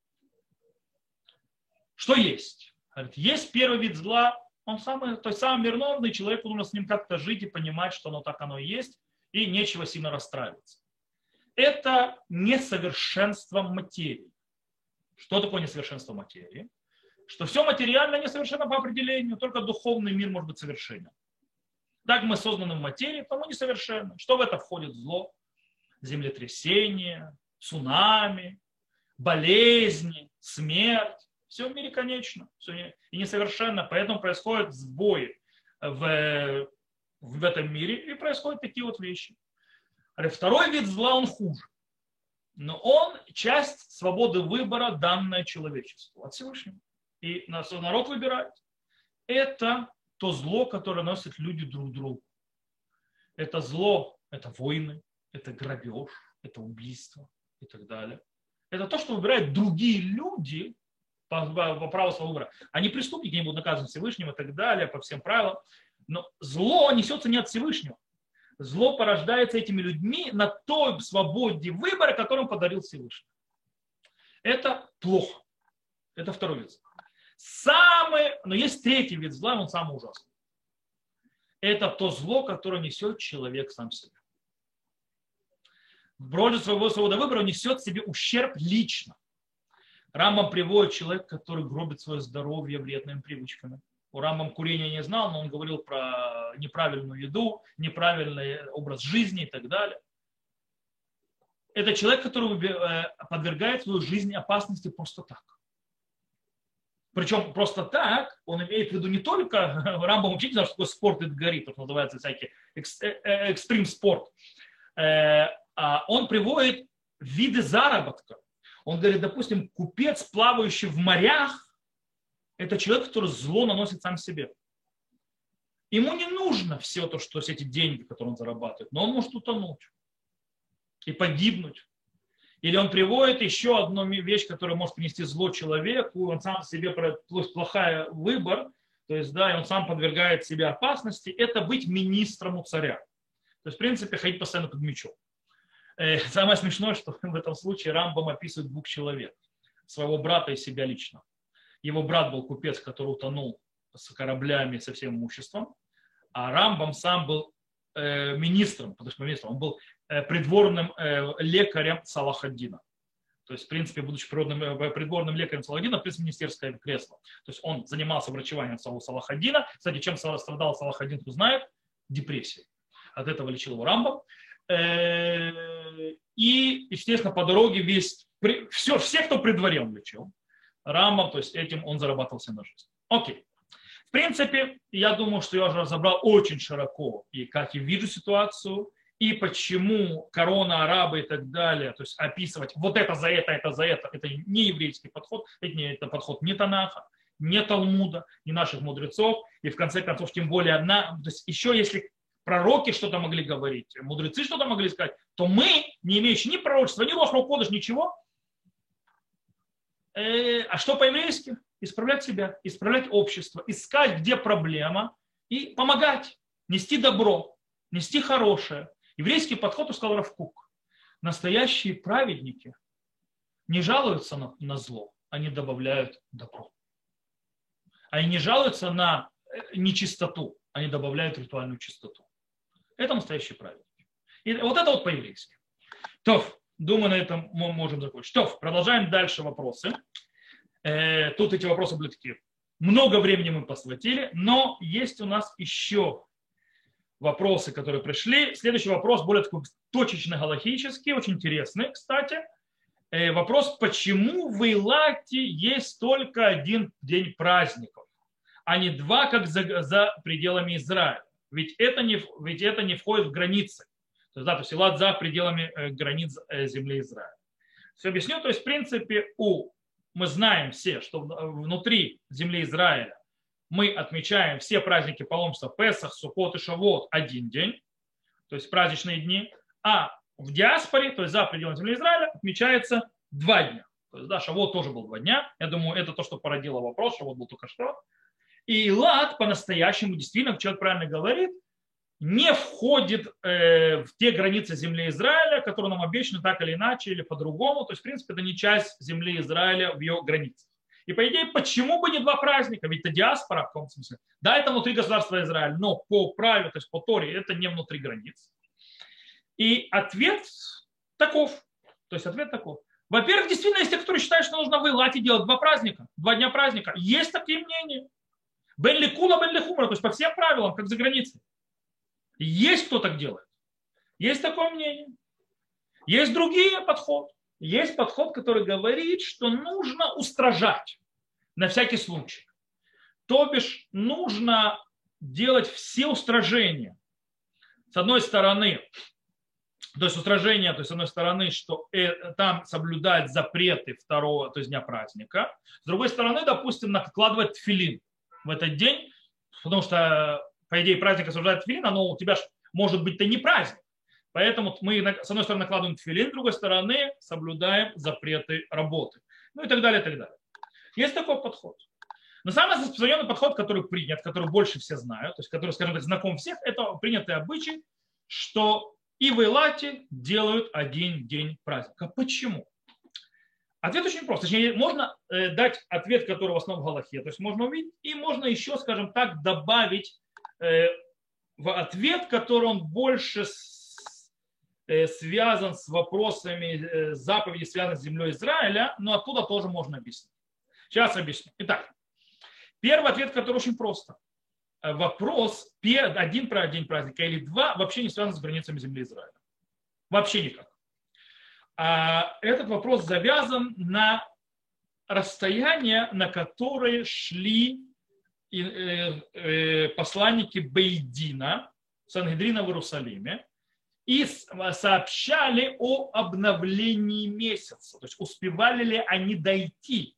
Что есть? Говорит, есть первый вид зла. Он самый, то есть самый мирновный, человеку нужно с ним как-то жить и понимать, что оно так оно и есть, и нечего сильно расстраиваться. Это несовершенство материи. Что такое несовершенство материи? Что все материально несовершенно по определению, только духовный мир может быть совершенен. Так мы созданы в материи, потому несовершенно. Что в это входит зло? Землетрясение, цунами, болезни, смерть. Все в мире конечно все и несовершенно, поэтому происходят сбои в, в этом мире и происходят такие вот вещи. Второй вид зла, он хуже, но он часть свободы выбора, данная человечеству от Всевышнего. И народ выбирает. Это то зло, которое носят люди друг другу. Это зло, это войны, это грабеж, это убийство и так далее. Это то, что выбирают другие люди, по, по праву своего выбора. Они преступники, они будут наказаны Всевышним и так далее, по всем правилам. Но зло несется не от Всевышнего. Зло порождается этими людьми на той свободе выбора, которую подарил Всевышний. Это плохо. Это второй вид зла. Самый, но есть третий вид зла, он самый ужасный. Это то зло, которое несет человек сам себе. В броде своего свободы выбора он несет в себе ущерб лично. Рамбам приводит человека, который гробит свое здоровье вредными привычками. У Рамбам курения не знал, но он говорил про неправильную еду, неправильный образ жизни и так далее. это человек, который подвергает свою жизнь опасности просто так. Причем просто так он имеет в виду не только, Рамбам учить, что такое спорт это горит, то, что называется всякий экстрим спорт. Он приводит виды заработка. Он говорит, допустим, купец, плавающий в морях, это человек, который зло наносит сам себе. Ему не нужно все то, что все эти деньги, которые он зарабатывает, но он может утонуть и погибнуть. Или он приводит еще одну вещь, которая может принести зло человеку, он сам себе плохой выбор, то есть, да, и он сам подвергает себе опасности, это быть министром у царя. То есть, в принципе, ходить постоянно под мечом. Самое смешное, что в этом случае Рамбам описывает двух человек, своего брата и себя лично. Его брат был купец, который утонул с кораблями, со всем имуществом, а Рамбам сам был э, министром, потому что министром, он был э, придворным э, лекарем Салах-ад-Дина. То есть, в принципе, будучи придворным, э, придворным лекарем Салах-ад-Дина, в принципе, министерское кресло. То есть, он занимался врачеванием самого Салах-ад-Дина. Кстати, чем страдал Салах-ад-Дин, кто знает? Депрессией. От этого лечил его Рамбам. Э, и, естественно, по дороге весь, все, все, кто при дворе он лечил. Рамбам, то есть, этим он зарабатывал себе на жизнь. Окей. В принципе, я думаю, что я уже разобрал очень широко, и как я вижу ситуацию, и почему корона, арабы и так далее, то есть описывать вот это за это, это за это, это не еврейский подход, это, не, это подход не Танаха, не Талмуда, не наших мудрецов, и в конце концов, тем более, одна, то есть еще если пророки что-то могли говорить, мудрецы что-то могли сказать, то мы, не имеющие ни пророчества, ни ложного кодыша, ничего, э, а что по-еврейски? Исправлять себя, исправлять общество, искать, где проблема, и помогать, нести добро, нести хорошее. Еврейский подход, сказал Рав Кук. Настоящие праведники не жалуются на, на зло, они добавляют добро. Они не жалуются на нечистоту, они добавляют ритуальную чистоту. Это настоящие праведники. И вот это вот по-еврейски. То, думаю, на этом мы можем закончить. То, продолжаем дальше вопросы. Тут эти вопросы были такие. Много времени мы посвятили, но есть у нас еще вопросы, которые пришли. Следующий вопрос более такой точечно-галахический, очень интересный, кстати. Вопрос, почему в Эйлате есть только один день праздников, а не два, как за, за пределами Израиля? Ведь это, не, ведь это не входит в границы. То есть, да, то есть Эйлат за пределами границ земли Израиля. Все объясню. То есть, в принципе, у мы знаем все, что внутри земли Израиля мы отмечаем все праздники паломничества Песах, Суккот и Шавуот один день, то есть праздничные дни, а в диаспоре, то есть за пределами земли Израиля, отмечается два дня. То есть, да, Шавуот тоже был два дня. Я думаю, это то, что породило вопрос, Шавуот был только что. И Эйлат по-настоящему, действительно, человек правильно говорит, не входит э, в те границы земли Израиля, которые нам обещаны так или иначе, или по-другому. То есть, в принципе, это не часть земли Израиля в ее границах. И, по идее, почему бы не два праздника? Ведь это диаспора в каком смысле. Да, это внутри государства Израиль, но по правилу, то есть по Торе, это не внутри границ. И ответ таков. То есть, ответ таков. Во-первых, действительно, есть те, которые считают, что нужно в Эйлате делать два праздника, два дня праздника. Есть такие мнения. Бен ликула, бен лихумра, то есть по всем правилам, как за границей. Есть кто так делает. Есть такое мнение. Есть другие подходы. Есть подход, который говорит, что нужно устражать на всякий случай. То бишь нужно делать все устражения. С одной стороны, то есть устражение, то есть с одной стороны, что там соблюдать запреты второго, то есть дня праздника. С другой стороны, допустим, накладывать тфилин в этот день, потому что по идее, праздник осуждает тфилин, но у тебя может быть-то не праздник. Поэтому мы, с одной стороны, накладываем тфилин, с другой стороны, соблюдаем запреты работы. Ну и так далее, и так далее. Есть такой подход. Но самый распространенный подход, который принят, который больше все знают, то есть который, скажем так, знаком всех, это принятый обычай, что и в Эйлате делают один день праздника. Почему? Ответ очень прост. Точнее, можно дать ответ, который в основном в Галахе, то есть можно увидеть, и можно еще, скажем так, добавить в ответ, который он больше связан с вопросами заповедей, связанных с землей Израиля, но оттуда тоже можно объяснить. Сейчас объясню. Итак, первый ответ, который очень просто. Вопрос, один про день праздника или два, вообще не связан с границами земли Израиля. Вообще никак. А этот вопрос завязан на расстояние, на которое шли посланники Бейдина, Сангедрина в Иерусалиме, и сообщали о обновлении месяца. То есть успевали ли они дойти.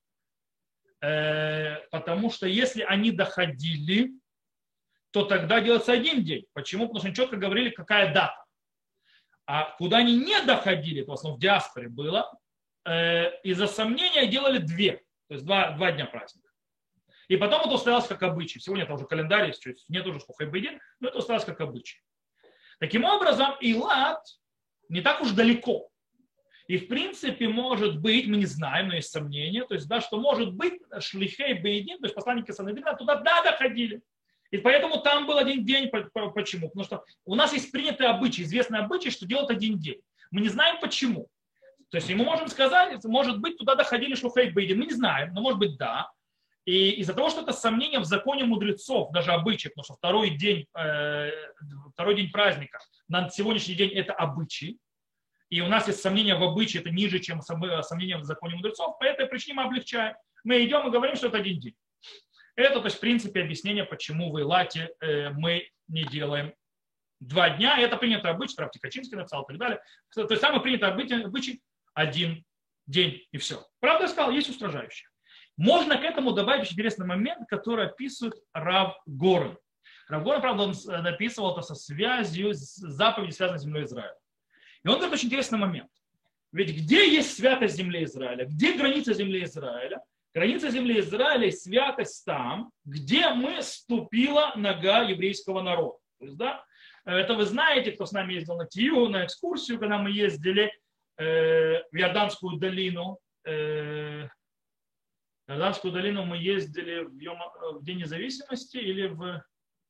Потому что если они доходили, то тогда делается один день. Почему? Потому что они четко говорили, какая дата. А куда они не доходили, то в основном в диаспоре было, из-за сомнения делали две. То есть два, два дня праздника. И потом это устоялось как обычай. Сегодня это уже календарь есть, нет уже Хохайбейдин, но это устоялось как обычай. Таким образом, Илат не так уж далеко. И в принципе, может быть, мы не знаем, но есть сомнения, то есть, да, что может быть Шлихей Бейдин, то есть посланники Санедрина туда да, доходили. И поэтому там был один день. Почему? Потому что у нас есть принятый обычай, известный обычай, что делают один день. Мы не знаем почему. То есть, мы можем сказать, может быть, туда доходили Шлихей Бейдин. Мы не знаем, но может быть, да. И из-за того, что это сомнение в законе мудрецов, даже обычай, потому что второй день, э, второй день праздника на сегодняшний день это обычай, и у нас есть сомнение в обычае, это ниже, чем сомнение в законе мудрецов, по этой причине мы облегчаем. Мы идем и говорим, что это один день. Это, то есть, в принципе, объяснение, почему в Илате э, мы не делаем два дня. Это принято обычай, Рав Тикачинский написал и так далее. То есть, самый принятый обычай один день и все. Правда, я сказал, есть устражающие. Можно к этому добавить очень интересный момент, который описывает Рав Горен. Рав Горен, правда, он написывал это со связью с заповедью, связанной с землей Израиля. И он говорит очень интересный момент. Ведь где есть святость земли Израиля? Где граница земли Израиля? Граница земли Израиля и святость там, где мы ступила нога еврейского народа. То есть, да, это вы знаете, кто с нами ездил на Тию, на экскурсию, когда мы ездили э, в Иорданскую долину. Э, в Иорданскую долину мы ездили в, Йом, в День независимости или в...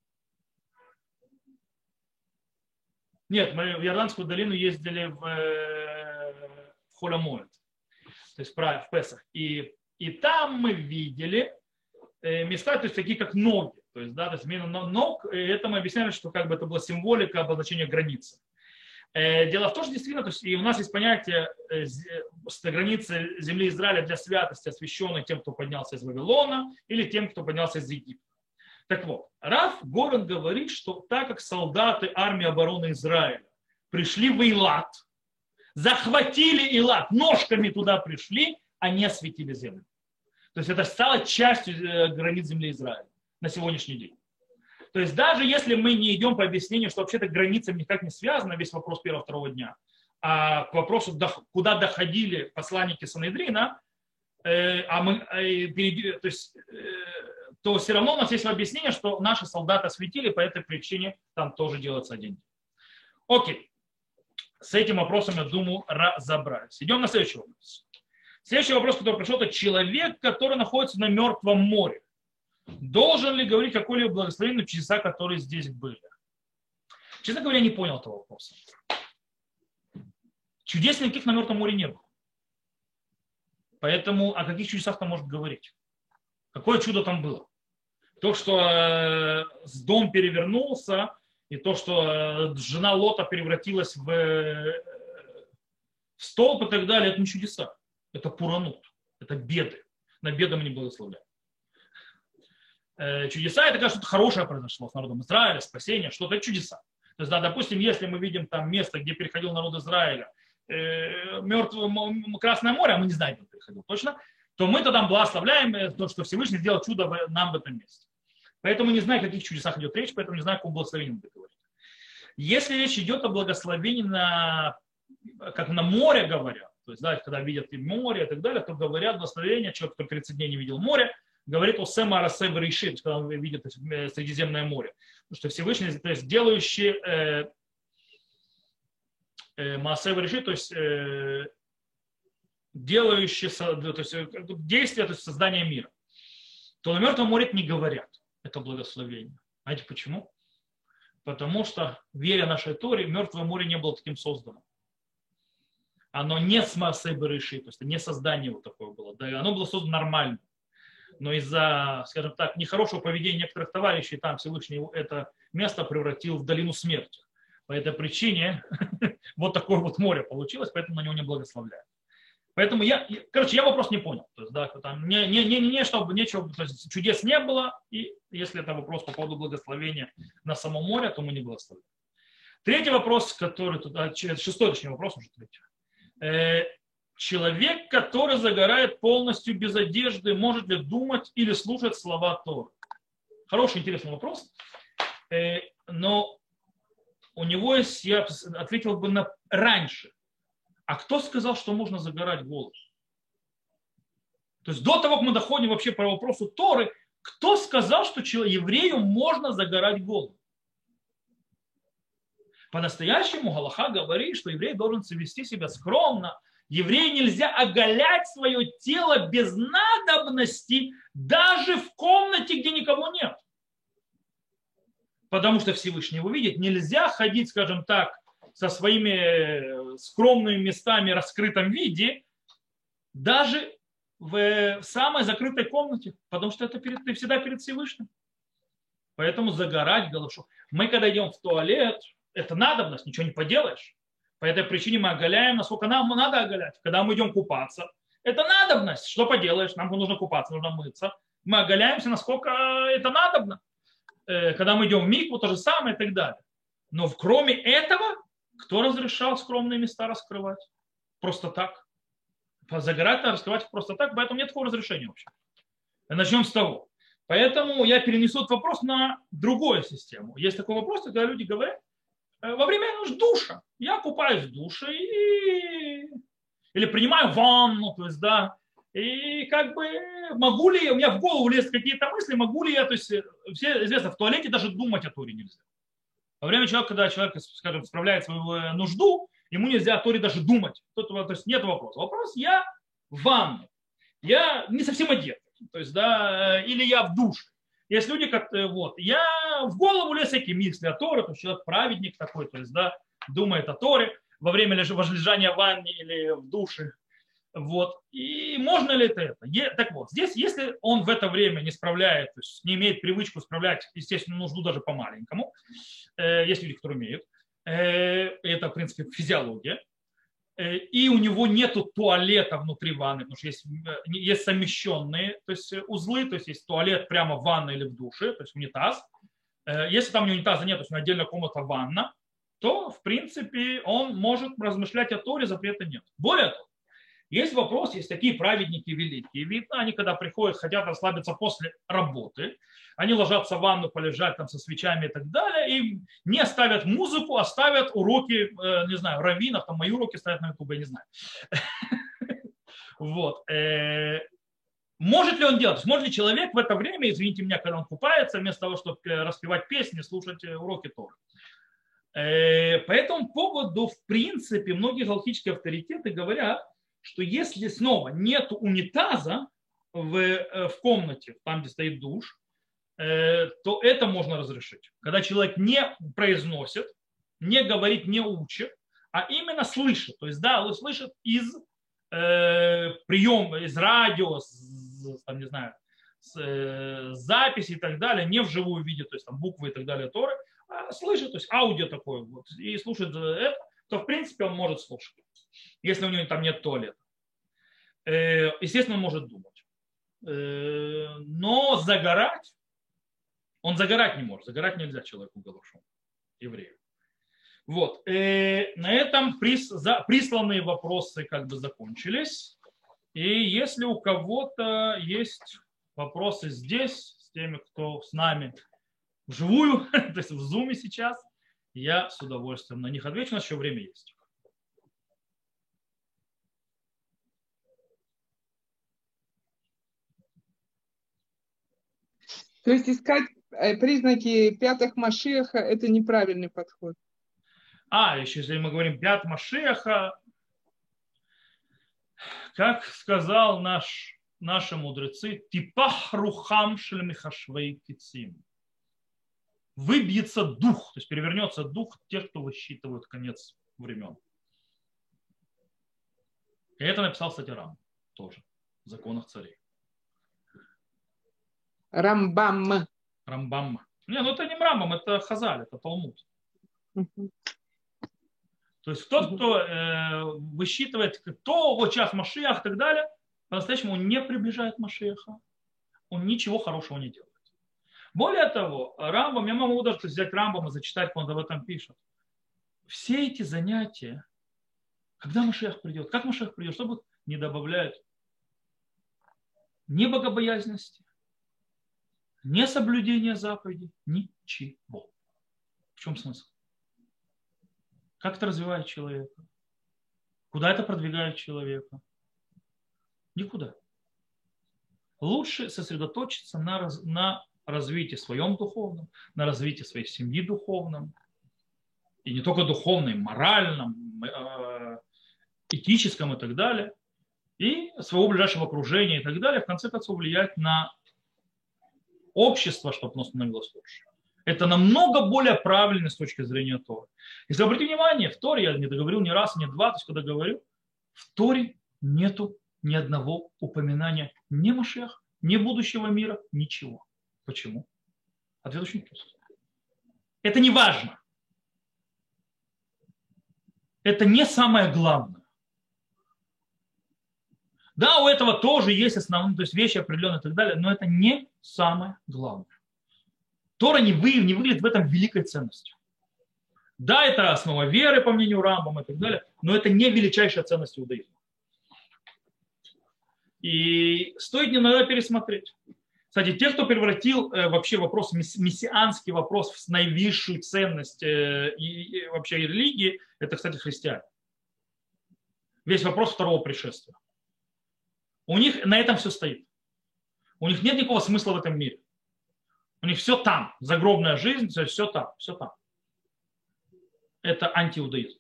Нет, мы в Иорданскую долину ездили в, в Холомоэд, то есть в Песах. И, и там мы видели места, то есть такие как ноги. То есть, да, то есть ног, и это мы объясняли, что как бы это была символика обозначения границы. Дело в том, что действительно, то есть, и у нас есть понятие границы земли Израиля для святости, освященной тем, кто поднялся из Вавилона, или тем, кто поднялся из Египта. Так вот, Рав Горен говорит, что так как солдаты армии обороны Израиля пришли в Илат, захватили Илат, ножками туда пришли, они осветили землю. То есть это стало частью границ земли Израиля на сегодняшний день. То есть даже если мы не идем по объяснению, что вообще-то границам никак не связано, весь вопрос первого-второго дня, а к вопросу, куда доходили посланники Санедрина, а мы, то есть, то все равно у нас есть объяснение, что наши солдаты осветили, по этой причине там тоже делается один день. Окей. С этим вопросом, я думаю, разобрались. Идем на следующий вопрос. Следующий вопрос, который пришел, это человек, который находится на Мертвом море. Должен ли говорить какой-либо благословенный чудеса, которые здесь были? Честно говоря, я не понял этого вопроса. Чудес никаких на Мертвом море не было. Поэтому о каких чудесах там может говорить? Какое чудо там было? То, что э, дом перевернулся, и то, что э, жена Лота превратилась в, э, в столб и так далее, это не чудеса. Это пуранут. Это беды. На беды мы не благословляем. Э, чудеса — это, конечно, что-то хорошее произошло с народом Израиля, спасение, что-то чудеса. То есть, да, допустим, если мы видим там место, где переходил народ Израиля, э, мертвое Красное море, а мы не знаем, где он переходил точно, то мы тогда благословляем то, что Всевышний сделал чудо нам в этом месте. Поэтому не знаю, о каких чудесах идет речь, поэтому не знаю, о каком благословении надо говорить. Если речь идет о благословении, на, как на море говорят, то есть, да, когда видят и море и так далее, то говорят благословение, человек, который тридцать дней не видел море, говорит о Сема Арасе Вариши, когда он видит Средиземное море. Потому что Всевышний, то есть делающий э, э, Маасе Вариши, то есть э, делающий то есть, действие, то есть создание мира, то на Мертвом море не говорят это благословение. Знаете почему? Потому что, веря нашей Торе, Мертвое море не было таким созданным. Оно не с Маасе Вариши, то есть не создание вот такое было. Да, оно было создано нормально. Но из-за, скажем так, нехорошего поведения некоторых товарищей там Всевышний это место превратил в долину смерти. По этой причине вот такое вот море получилось, поэтому на него не благословляют. Поэтому я, короче, я вопрос не понял. То есть, да, там не, не, не, не, чтобы ничего, то есть чудес не было, и если это вопрос по поводу благословения на само море, то мы не благословим. Третий вопрос, который тут, шестой, точнее, вопрос уже третий. Человек, который загорает полностью без одежды, может ли думать или слушать слова Торы? Хороший, интересный вопрос. Но у него есть, я ответил бы на раньше. А кто сказал, что можно загорать голод? То есть до того, как мы доходим вообще по вопросу Торы, кто сказал, что еврею можно загорать голод? По-настоящему Галаха говорит, что еврей должен вести себя скромно. Еврею нельзя оголять свое тело без надобности даже в комнате, где никого нет. Потому что Всевышний его видит. Нельзя ходить, скажем так, со своими скромными местами в раскрытом виде, даже в самой закрытой комнате, потому что это перед, ты всегда перед Всевышним. Поэтому загорать голышом. Мы, когда идем в туалет, это надобность, ничего не поделаешь. По этой причине мы оголяем, насколько нам надо оголять. Когда мы идем купаться, это надобность. Что поделаешь, нам нужно купаться, нужно мыться. Мы оголяемся, насколько это надобно. Когда мы идем в микву, то же самое и так далее. Но кроме этого, кто разрешал скромные места раскрывать? Просто так. Загорать, раскрывать просто так, поэтому нет такого разрешения вообще. Начнем с того. Поэтому я перенесу этот вопрос на другую систему. Есть такой вопрос, когда люди говорят, во время душа, я купаюсь в душе и... или принимаю ванну, то есть, да, и как бы могу ли, у меня в голову лезут какие-то мысли, могу ли я, то есть, все известно, в туалете даже думать о Торе нельзя. Во время человека, когда человек, скажем, справляет свою нужду, ему нельзя о Торе даже думать. То есть нет вопроса. Вопрос, я в ванне, я не совсем одет, то есть, да, или я в душе. Есть люди, как, вот, я в голову лез всякие мысли о Торе, то есть человек праведник такой, то есть, да, думает о Торе во время возлежания в ванне или в душе. Вот. И можно ли это? это? Так вот, здесь, если он в это время не справляет, то есть не имеет привычку справлять, естественно, нужду даже по-маленькому, э, есть люди, которые умеют, э, это, в принципе, физиология, э, и у него нет туалета внутри ванны, потому что есть, есть совмещенные, то есть узлы, то есть есть туалет прямо в ванной или в душе, то есть унитаз. Э, если там унитаза нет, то есть отдельная комната ванна, то, в принципе, он может размышлять о Торе, запрета нет. Более того, есть вопрос, есть такие праведники великие. Видно, они когда приходят, хотят расслабиться после работы, они ложатся в ванну, полежать там со свечами и так далее, и не ставят музыку, а ставят уроки, не знаю, раввинов, там мои уроки ставят на ютубе, я не знаю. Вот. Может ли он делать? Может ли человек в это время, извините меня, когда он купается, вместо того, чтобы распевать песни, слушать уроки Торы? По этому поводу, в принципе, многие галактические авторитеты говорят, что если снова нет унитаза в, в комнате, там, где стоит душ, э, то это можно разрешить. Когда человек не произносит, не говорит, не учит, а именно слышит. То есть, да, слышит из э, приема, из радио, с, там, не знаю, с э, записи и так далее, не в живую виде, то есть там буквы и так далее Торы, а слышит, то есть аудио такое, вот, и слушает это, то в принципе он может слушать. Если у него там нет туалета. Естественно, он может думать. Но загорать, он загорать не может. Загорать нельзя человеку голышом, еврею. Вот. На этом присланные вопросы как бы закончились. И если у кого-то есть вопросы здесь, с теми, кто с нами вживую, то есть в зуме сейчас, я с удовольствием на них отвечу. У нас еще время есть. То есть искать признаки пятых Машиаха – это неправильный подход. А, еще если мы говорим пят Машиаха, как сказал наш, наши мудрецы, типах рухам шлемихашвей кицим. Выбьется дух, то есть перевернется дух тех, кто высчитывает конец времен. И это написал, кстати, Рам тоже в законах царей. Рамбам. Рамбам. Не, ну это не Рамбам, это Хазаль, это Талмуд. То есть тот, кто э, высчитывает, кто вот сейчас Машиах и так далее, по-настоящему он не приближает Машиаха, он ничего хорошего не делает. Более того, Рамбам, я могу даже взять Рамбам и зачитать, как он об этом пишет. Все эти занятия, когда Машиах придет, как Машиах придет, что будет, не добавляют ни богобоязненности, ни соблюдения заповедей, ничего. В чем смысл? Как это развивает человека? Куда это продвигает человека? Никуда. Лучше сосредоточиться на, раз, на развитии своем духовном, на развитии своей семьи духовном. И не только духовном, моральном, этическом и так далее. И своего ближайшего окружения и так далее. В конце концов влиять на общество, чтобы оно становилось лучше. Это намного более правильно с точки зрения Торы. Если обратите внимание, в Торе, я не договорил ни раз, ни два, то есть когда говорю, в Торе нету ни одного упоминания ни Машиах, ни будущего мира, ничего. Почему? Ответ очень прост. Это не важно. Это не самое главное. Да, у этого тоже есть основные, то есть вещи определенные и так далее, но это не самое главное. Тора не, вы, не выглядит в этом великой ценностью. Да, это основа веры, по мнению Рамбама и так далее, но это не величайшая ценность иудаизма. И стоит иногда пересмотреть. Кстати, те, кто превратил вообще вопрос, мессианский вопрос в наивысшую ценность и вообще религии, это, кстати, христиане. Весь вопрос второго пришествия. У них на этом все стоит. У них нет никакого смысла в этом мире. У них все там, загробная жизнь, все, все там, все там. Это антииудаизм.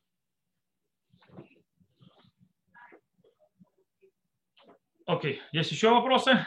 Окей, есть еще вопросы?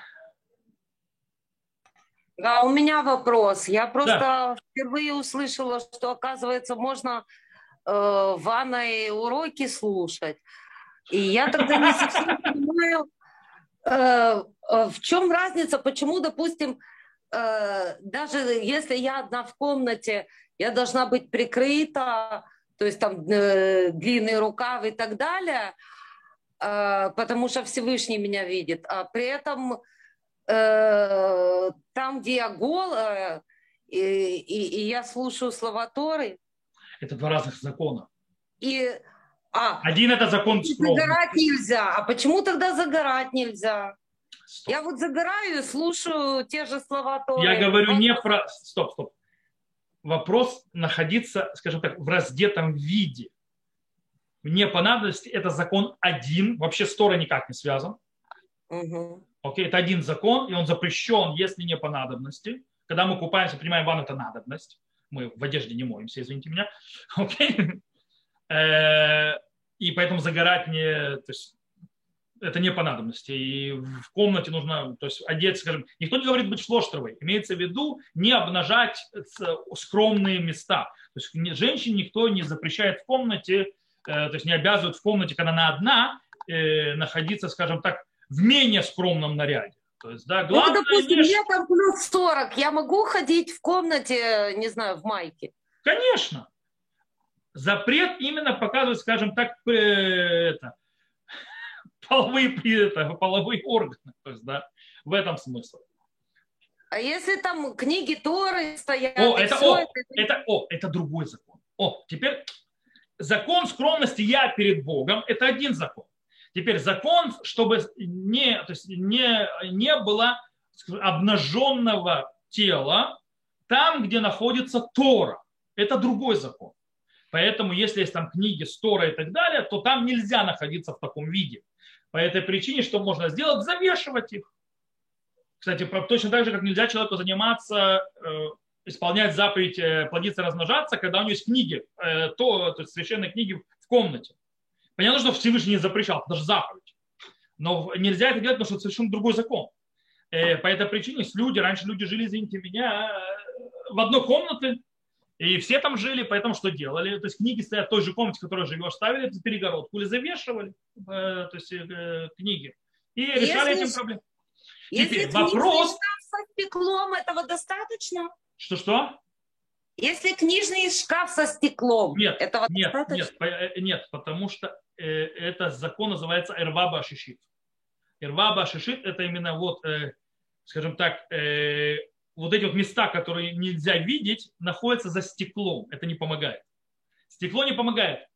Да, у меня вопрос. Я просто да. впервые услышала, что, оказывается, можно э, в ванной уроки слушать. И я тогда не совсем понимаю, э, э, в чем разница, почему, допустим, э, даже если я одна в комнате, я должна быть прикрыта, то есть там э, длинный рукав и так далее, э, потому что Всевышний меня видит, а при этом э, там, где я голая, и, и, и я слушаю слова Торы. Это два разных закона. И, а, Один это закон скромности. Загорать нельзя. А почему тогда загорать нельзя? Стоп. Я вот загораю и слушаю те же слова Торы. Я говорю не про... Стоп, стоп. Вопрос находиться, скажем так, в раздетом виде. Вне понадобности это закон один. Вообще с Торой никак не связан. Угу. Окей, это один закон, и он запрещен, если не по надобности. Когда мы купаемся, принимаем ванну, это надобность. Мы в одежде не моемся, извините меня. Окей. И поэтому загорать не, то есть, это не по надобности. И в комнате нужно, то есть, одеть, скажем, никто не говорит быть шлоштровой. Имеется в виду не обнажать скромные места. То есть женщине никто не запрещает в комнате, то есть не обязывает в комнате, когда она одна, находиться, скажем так, в менее скромном наряде. То есть, да, главное, ну, допустим, не... мне там плюс сорок, я могу ходить в комнате, не знаю, в майке? Конечно. Запрет именно показывает, скажем так, это, половые, это, половые органы. То есть, да, в этом смысл. А если там книги Торы стоят? О, это, все, о, это... Это, о, это другой закон. О, теперь закон скромности я перед Богом, это один закон. Теперь закон, чтобы не, то есть не, не было обнаженного тела там, где находится Тора. Это другой закон. Поэтому, если есть там книги с Торой и так далее, то там нельзя находиться в таком виде. По этой причине, что можно сделать? Завешивать их. Кстати, точно так же, как нельзя человеку заниматься, э, исполнять заповедь э, плодиться, размножаться, когда у него есть книги, э, то, то есть священные книги в комнате. Понятно, что Всевышний не запрещал, это даже заповедь. Но нельзя это делать, потому что это совершенно другой закон. Э, по этой причине есть люди, раньше люди жили, извините меня, в одной комнате, и все там жили, поэтому что делали? То есть книги стоят в той же комнате, в которой живешь, ставили эту перегородку или завешивали э, то есть, э, книги. И решали если, этим проблемы. Если Теперь вопрос... со стеклом, этого достаточно? Что-что? Если книжный шкаф со стеклом, Нет, этого нет, достаточно? нет, нет, потому что э, это закон называется эрваба шишит. Эрваба шишит это именно вот, э, скажем так, э, вот эти вот места, которые нельзя видеть, находятся за стеклом. Это не помогает. Стекло не помогает.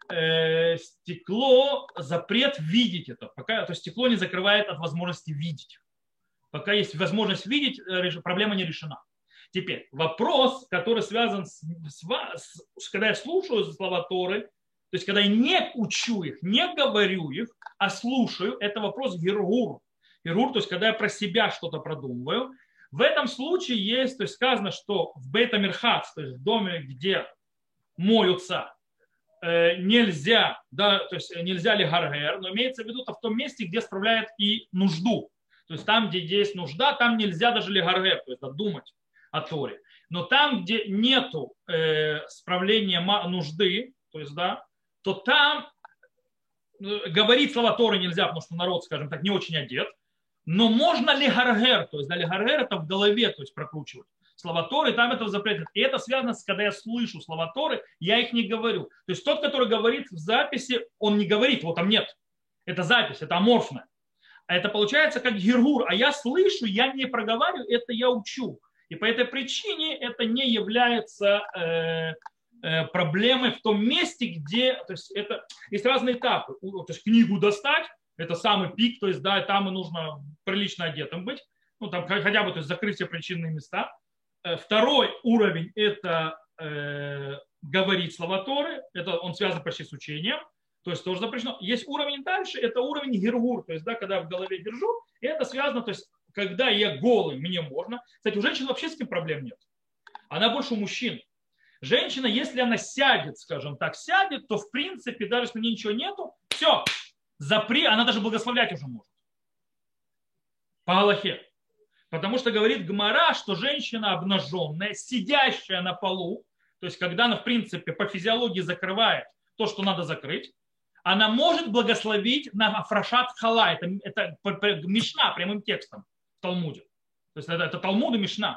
Э, стекло, запрет видеть это. Пока, то есть стекло не закрывает от возможности видеть. Пока есть возможность видеть, проблема не решена. Теперь вопрос, который связан с, с, с когда я слушаю слова Торы, то есть когда я не учу их, не говорю их, а слушаю, это вопрос гиргур. Гиргур, то есть когда я про себя что-то продумываю. В этом случае есть, то есть сказано, что в бейт-амирхац, то есть в доме, где моются, э, нельзя, да, то есть нельзя ли гаргер, но имеется в виду в том месте, где справляет и нужду. То есть там, где есть нужда, там нельзя даже ли гаргер, то есть думать о Торе. Но там, где нету э, справления нужды, то есть, да, то там э, говорить слова Торы нельзя, потому что народ, скажем так, не очень одет. Но можно ли гаргер, то есть да, ли гаргер это в голове, то есть прокручивать слова Торы, там это запретно. И это связано с, когда я слышу слова Торы, я их не говорю. То есть тот, который говорит в записи, он не говорит, вот там нет. Это запись, это аморфно. А это получается как гиргур. А я слышу, я не проговариваю, это я учу. И по этой причине это не является э, э, проблемой в том месте, где, то есть это есть разные этапы. То есть книгу достать, это самый пик, то есть да, там и нужно прилично одетым быть, ну там хотя бы то есть закрыть все причинные места. Второй уровень это э, говорить слова Торы, это он связан почти с учением, то есть тоже запрещено. Есть уровень дальше, это уровень гиргур, то есть да, когда в голове держу, и это связано, то есть когда я голый, мне можно. Кстати, у женщин вообще с этим проблем нет. Она больше у мужчин. Женщина, если она сядет, скажем так, сядет, то в принципе, даже если у нее ничего нету, все, запри, она даже благословлять уже может. По Галахе. Потому что говорит Гмара, что женщина обнаженная, сидящая на полу, то есть когда она в принципе по физиологии закрывает то, что надо закрыть, она может благословить на афрашат хала. Это, это Мишна прямым текстом в Талмуде. То есть это, это Талмуд и Мишна.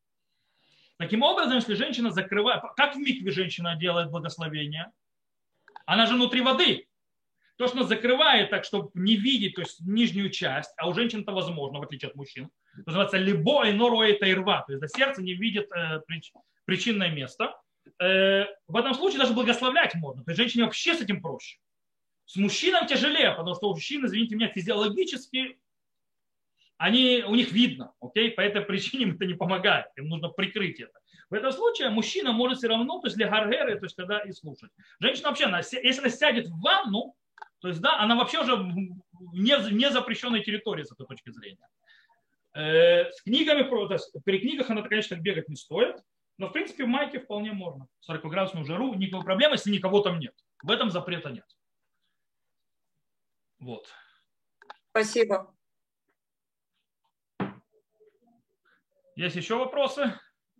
Таким образом, если женщина закрывает, как в микве женщина делает благословение, она же внутри воды. То, что она закрывает так, чтобы не видеть, то есть нижнюю часть, а у женщин это возможно, в отличие от мужчин. Это называется либо и норо это ирва, то есть до сердца не видит э, прич, причинное место. Э, в этом случае даже благословлять можно. То есть женщине вообще с этим проще. С мужчинам тяжелее, потому что у мужчин, извините меня, физиологически они, у них видно. Окей? По этой причине им это не помогает. Им нужно прикрыть это. В этом случае мужчина может все равно, то есть для гаргеры, то есть когда и слушать. Женщина вообще, она, если она сядет в ванну, то есть да, она вообще уже не, не запрещенной территории с этой точки зрения. Э, с книгами, то есть при книгах она, конечно, бегать не стоит, но в принципе в майке вполне можно. сорокаградусную жару, никакой проблемы, если никого там нет. В этом запрета нет. Вот. Спасибо. Есть еще вопросы?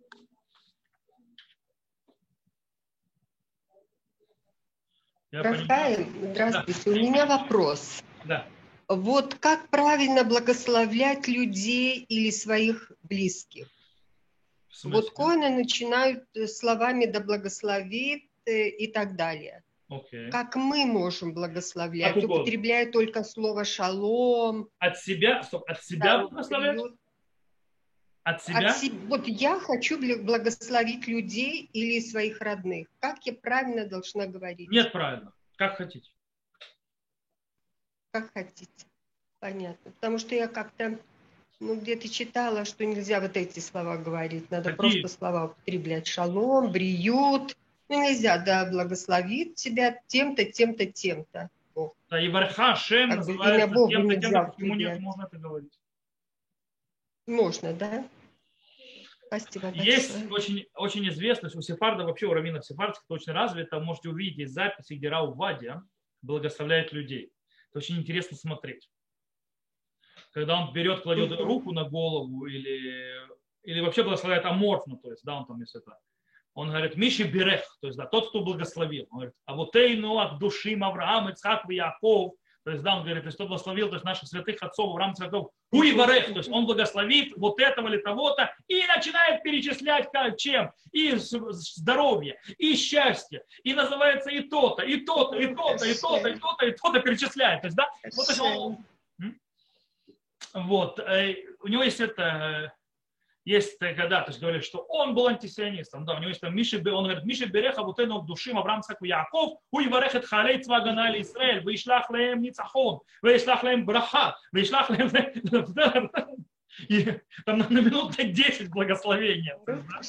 Рафаэль, здравствуйте. Да. У меня вопрос. Да. Вот как правильно благословлять людей или своих близких? Вот коины начинают словами «да благословит» и так далее. Okay. Как мы можем благословлять? Употребляя только слово «шалом». От себя, стоп, от себя благословлять? От себя? От се... Вот я хочу благословить людей или своих родных. Как я правильно должна говорить? Нет, правильно. Как хотите. Как хотите. Понятно. Потому что я как-то ну, где-то читала, что нельзя вот эти слова говорить. Надо Какие? Просто слова употреблять. Шалом, бриют. Ну, нельзя, да, благословит тебя тем-то, тем-то, тем-то. Да, и варха Шем называется тем-то, тем-то, почему нет, можно это говорить. Можно, да? Спасибо большое. Есть очень, очень известно, что у сефарда, вообще у раввинов сефардских это очень развито, можете увидеть есть записи, где Рав Вадия благословляет людей. Это очень интересно смотреть. Когда он берет, кладет uh-huh. руку на голову или, или вообще благословляет аморфно, то есть, да, он там есть это. Он говорит, Миши Берех, то есть, да, тот, кто благословил. Он говорит, а вот Эйну от души Авраам, Ицхак и Яков, То есть, да, он говорит, то есть, кто благословил, то есть, наших святых отцов, Авраам, святов, Уиварех, то есть, он благословит вот этого или того-то, и начинает перечислять, как, чем, и здоровье, и счастье, и называется и то-то, и то-то, и то-то, и то-то, и то-то, и то-то перечисляет. То есть, да, вот, то есть, он, вот, у него есть это, есть когда, то есть говорят, что он был антисионистом, да, у него есть там Миши, он говорит, Миши Береха, вот это душим Авраам, Ицхак и Яков, у Иварехет Халей Цвагана ли Исраэль, вы ишлах лаем ницахон, вы ишлах лаем браха, вы ишлах лаем... И там на минут десять благословения.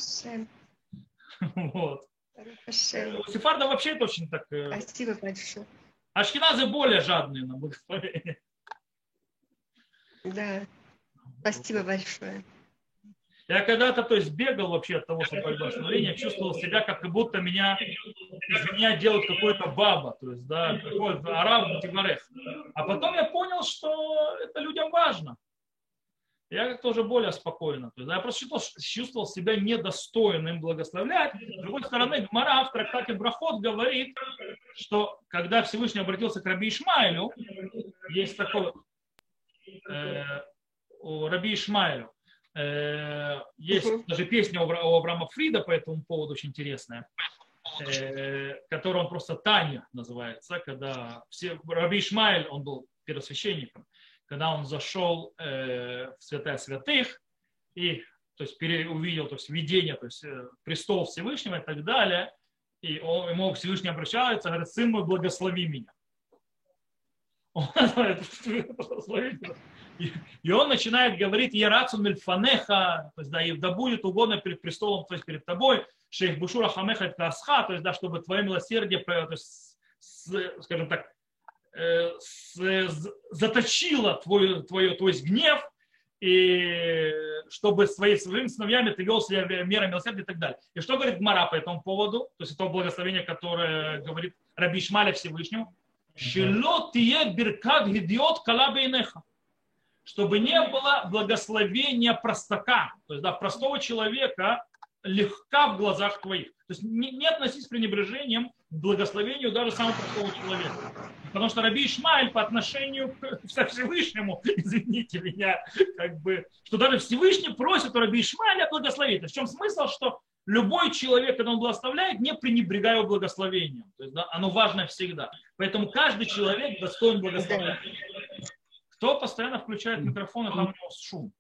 Вот. У сефарда вообще это очень так... Спасибо большое. Ашкеназы более жадные на благословение. Да, спасибо большое. Я когда-то, то есть, бегал вообще от того, что благословение, чувствовал себя, как будто меня, из меня делают какой-то баба, то есть, да, какой-то араб тибарех. А потом я понял, что это людям важно. Я как-то уже более спокойно. То есть, я просто чувствовал, чувствовал себя недостойным благословлять. С другой стороны, Гмара в трактате Брахот говорит, что когда Всевышний обратился к Раби Ишмаилю, есть такой э, у Раби Ишмаилю, есть uh-huh. даже песня у Авраама Фрида по этому поводу очень интересная, которую он просто Таня называется, когда все, Раби Ишмаэль, он был первосвященником, когда он зашел в святая святых и то есть, увидел то есть, видение, то есть престол Всевышнего и так далее, и он, ему Всевышний обращается, говорит, сын мой, благослови меня. Он называет, благослови меня. И он начинает говорить, «Ярацун мельфанеха», то есть, да, и да будет угодно перед престолом, то есть перед тобой, «Шейх бушура хамеха касха», то есть, да, чтобы твое милосердие, то есть, с, скажем так, э, с, заточило твой, твой, то есть, гнев, и чтобы своими, своими сыновьями ты вел себя мерой милосердия и так далее. И что говорит Гмара по этому поводу, то есть, это благословение, которое говорит Раби Ишмаэль Всевышнему, «Шело тие биркат гидиот кала бейнеха», чтобы не было благословения простака, то есть да, простого человека легка в глазах твоих. То есть не, не относись с пренебрежением к благословению даже самого простого человека. Потому что Раби Ишмаэль по отношению к Всевышнему, извините меня, как бы, что даже Всевышний просит у Раби Ишмаэля благословить. В чем смысл, что любой человек, когда он благословляет, не пренебрегая его благословением. То есть да, оно важно всегда. Поэтому каждый человек достоин благословения. Кто постоянно включает микрофон, и там у него шум.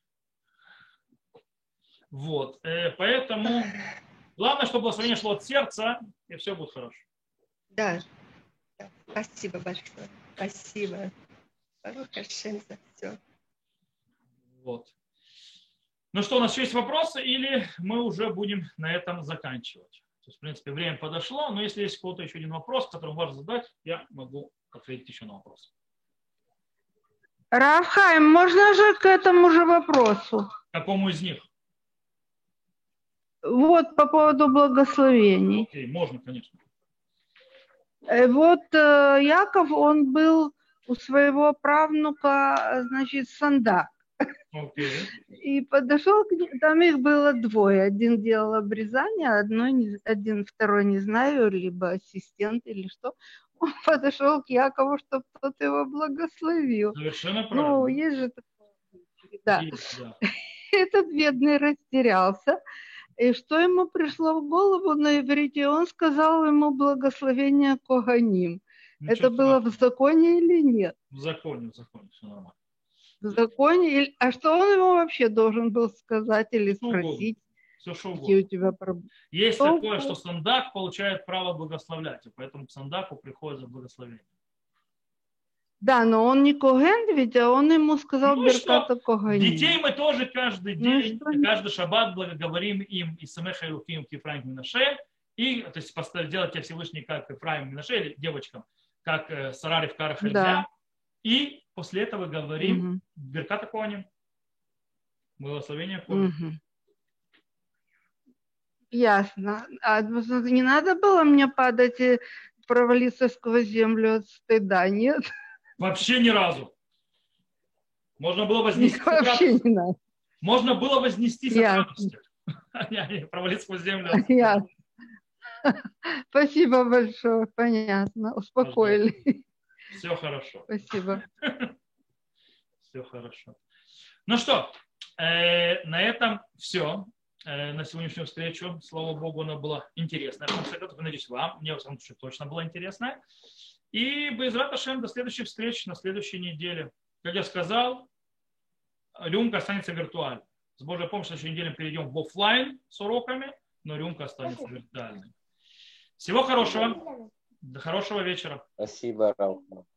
Вот. Поэтому главное, чтобы благословение шло от сердца, и все будет хорошо. Да. Спасибо большое. Спасибо. Спасибо за все. Вот. Ну что, у нас еще есть вопросы, или мы уже будем на этом заканчивать? То есть, в принципе, время подошло, но если есть у кого-то еще один вопрос, который важно задать, я могу ответить еще на вопрос. Рав Хаим, можно же к этому же вопросу? Какому из них? Вот по поводу благословений. Окей, можно, конечно. Вот Яков, он был у своего правнука, значит, Сандак. Окей. И подошел к ним, там их было двое. Один делал обрезание, одной, один, второй, не знаю, либо ассистент или что. Он подошел к Якову, чтобы тот его благословил. Совершенно правильно. Ну, есть же такое. Да. Есть, да. Этот бедный растерялся. И что ему пришло в голову на иврите? Он сказал ему благословение Коганим. Ничего Это было в законе или нет? В законе, в законе, все нормально. В законе? А что он ему вообще должен был сказать или Что спросить? Все, что Какие у угодно. тебя проблемы? Есть Что такое, что сандак получает право благословлять, и поэтому к сандаку приходит за благословение. Да, но он не Коген ведь, а он ему сказал Ну Берката Коганим. Детей мы тоже каждый Ну день, что? каждый шаббат благоговорим им и Самеха Илухим Кифраим Минаше, и то есть поставить, делать тебя Всевышний как Кифраим Минаше, или девочкам, как э, Сарари в Карах Да. И после этого говорим Угу. Берката Коганим, благословение Коганим. Угу. Ясно. А не надо было мне падать и провалиться сквозь землю от стыда, нет? Вообще ни разу. Можно было вознести. Вообще не надо. Можно было вознестись от Ясно. радости. Провалиться сквозь землю. Ясно. Спасибо большое, понятно, успокоили. Все хорошо. Спасибо. Все хорошо. Ну что, э, на этом все. Э, на сегодняшнюю встречу. Слава Богу, она была интересная. В конце концов, надеюсь, вам. Мне, в самом случае, точно была интересная. И Безрат Ашем, до следующих встреч на следующей неделе. Как я сказал, рюмка останется виртуальной. С Божьей помощью на следующей неделе перейдем в офлайн с уроками, но рюмка останется виртуальной. Всего хорошего. До хорошего вечера. Спасибо, Рауха.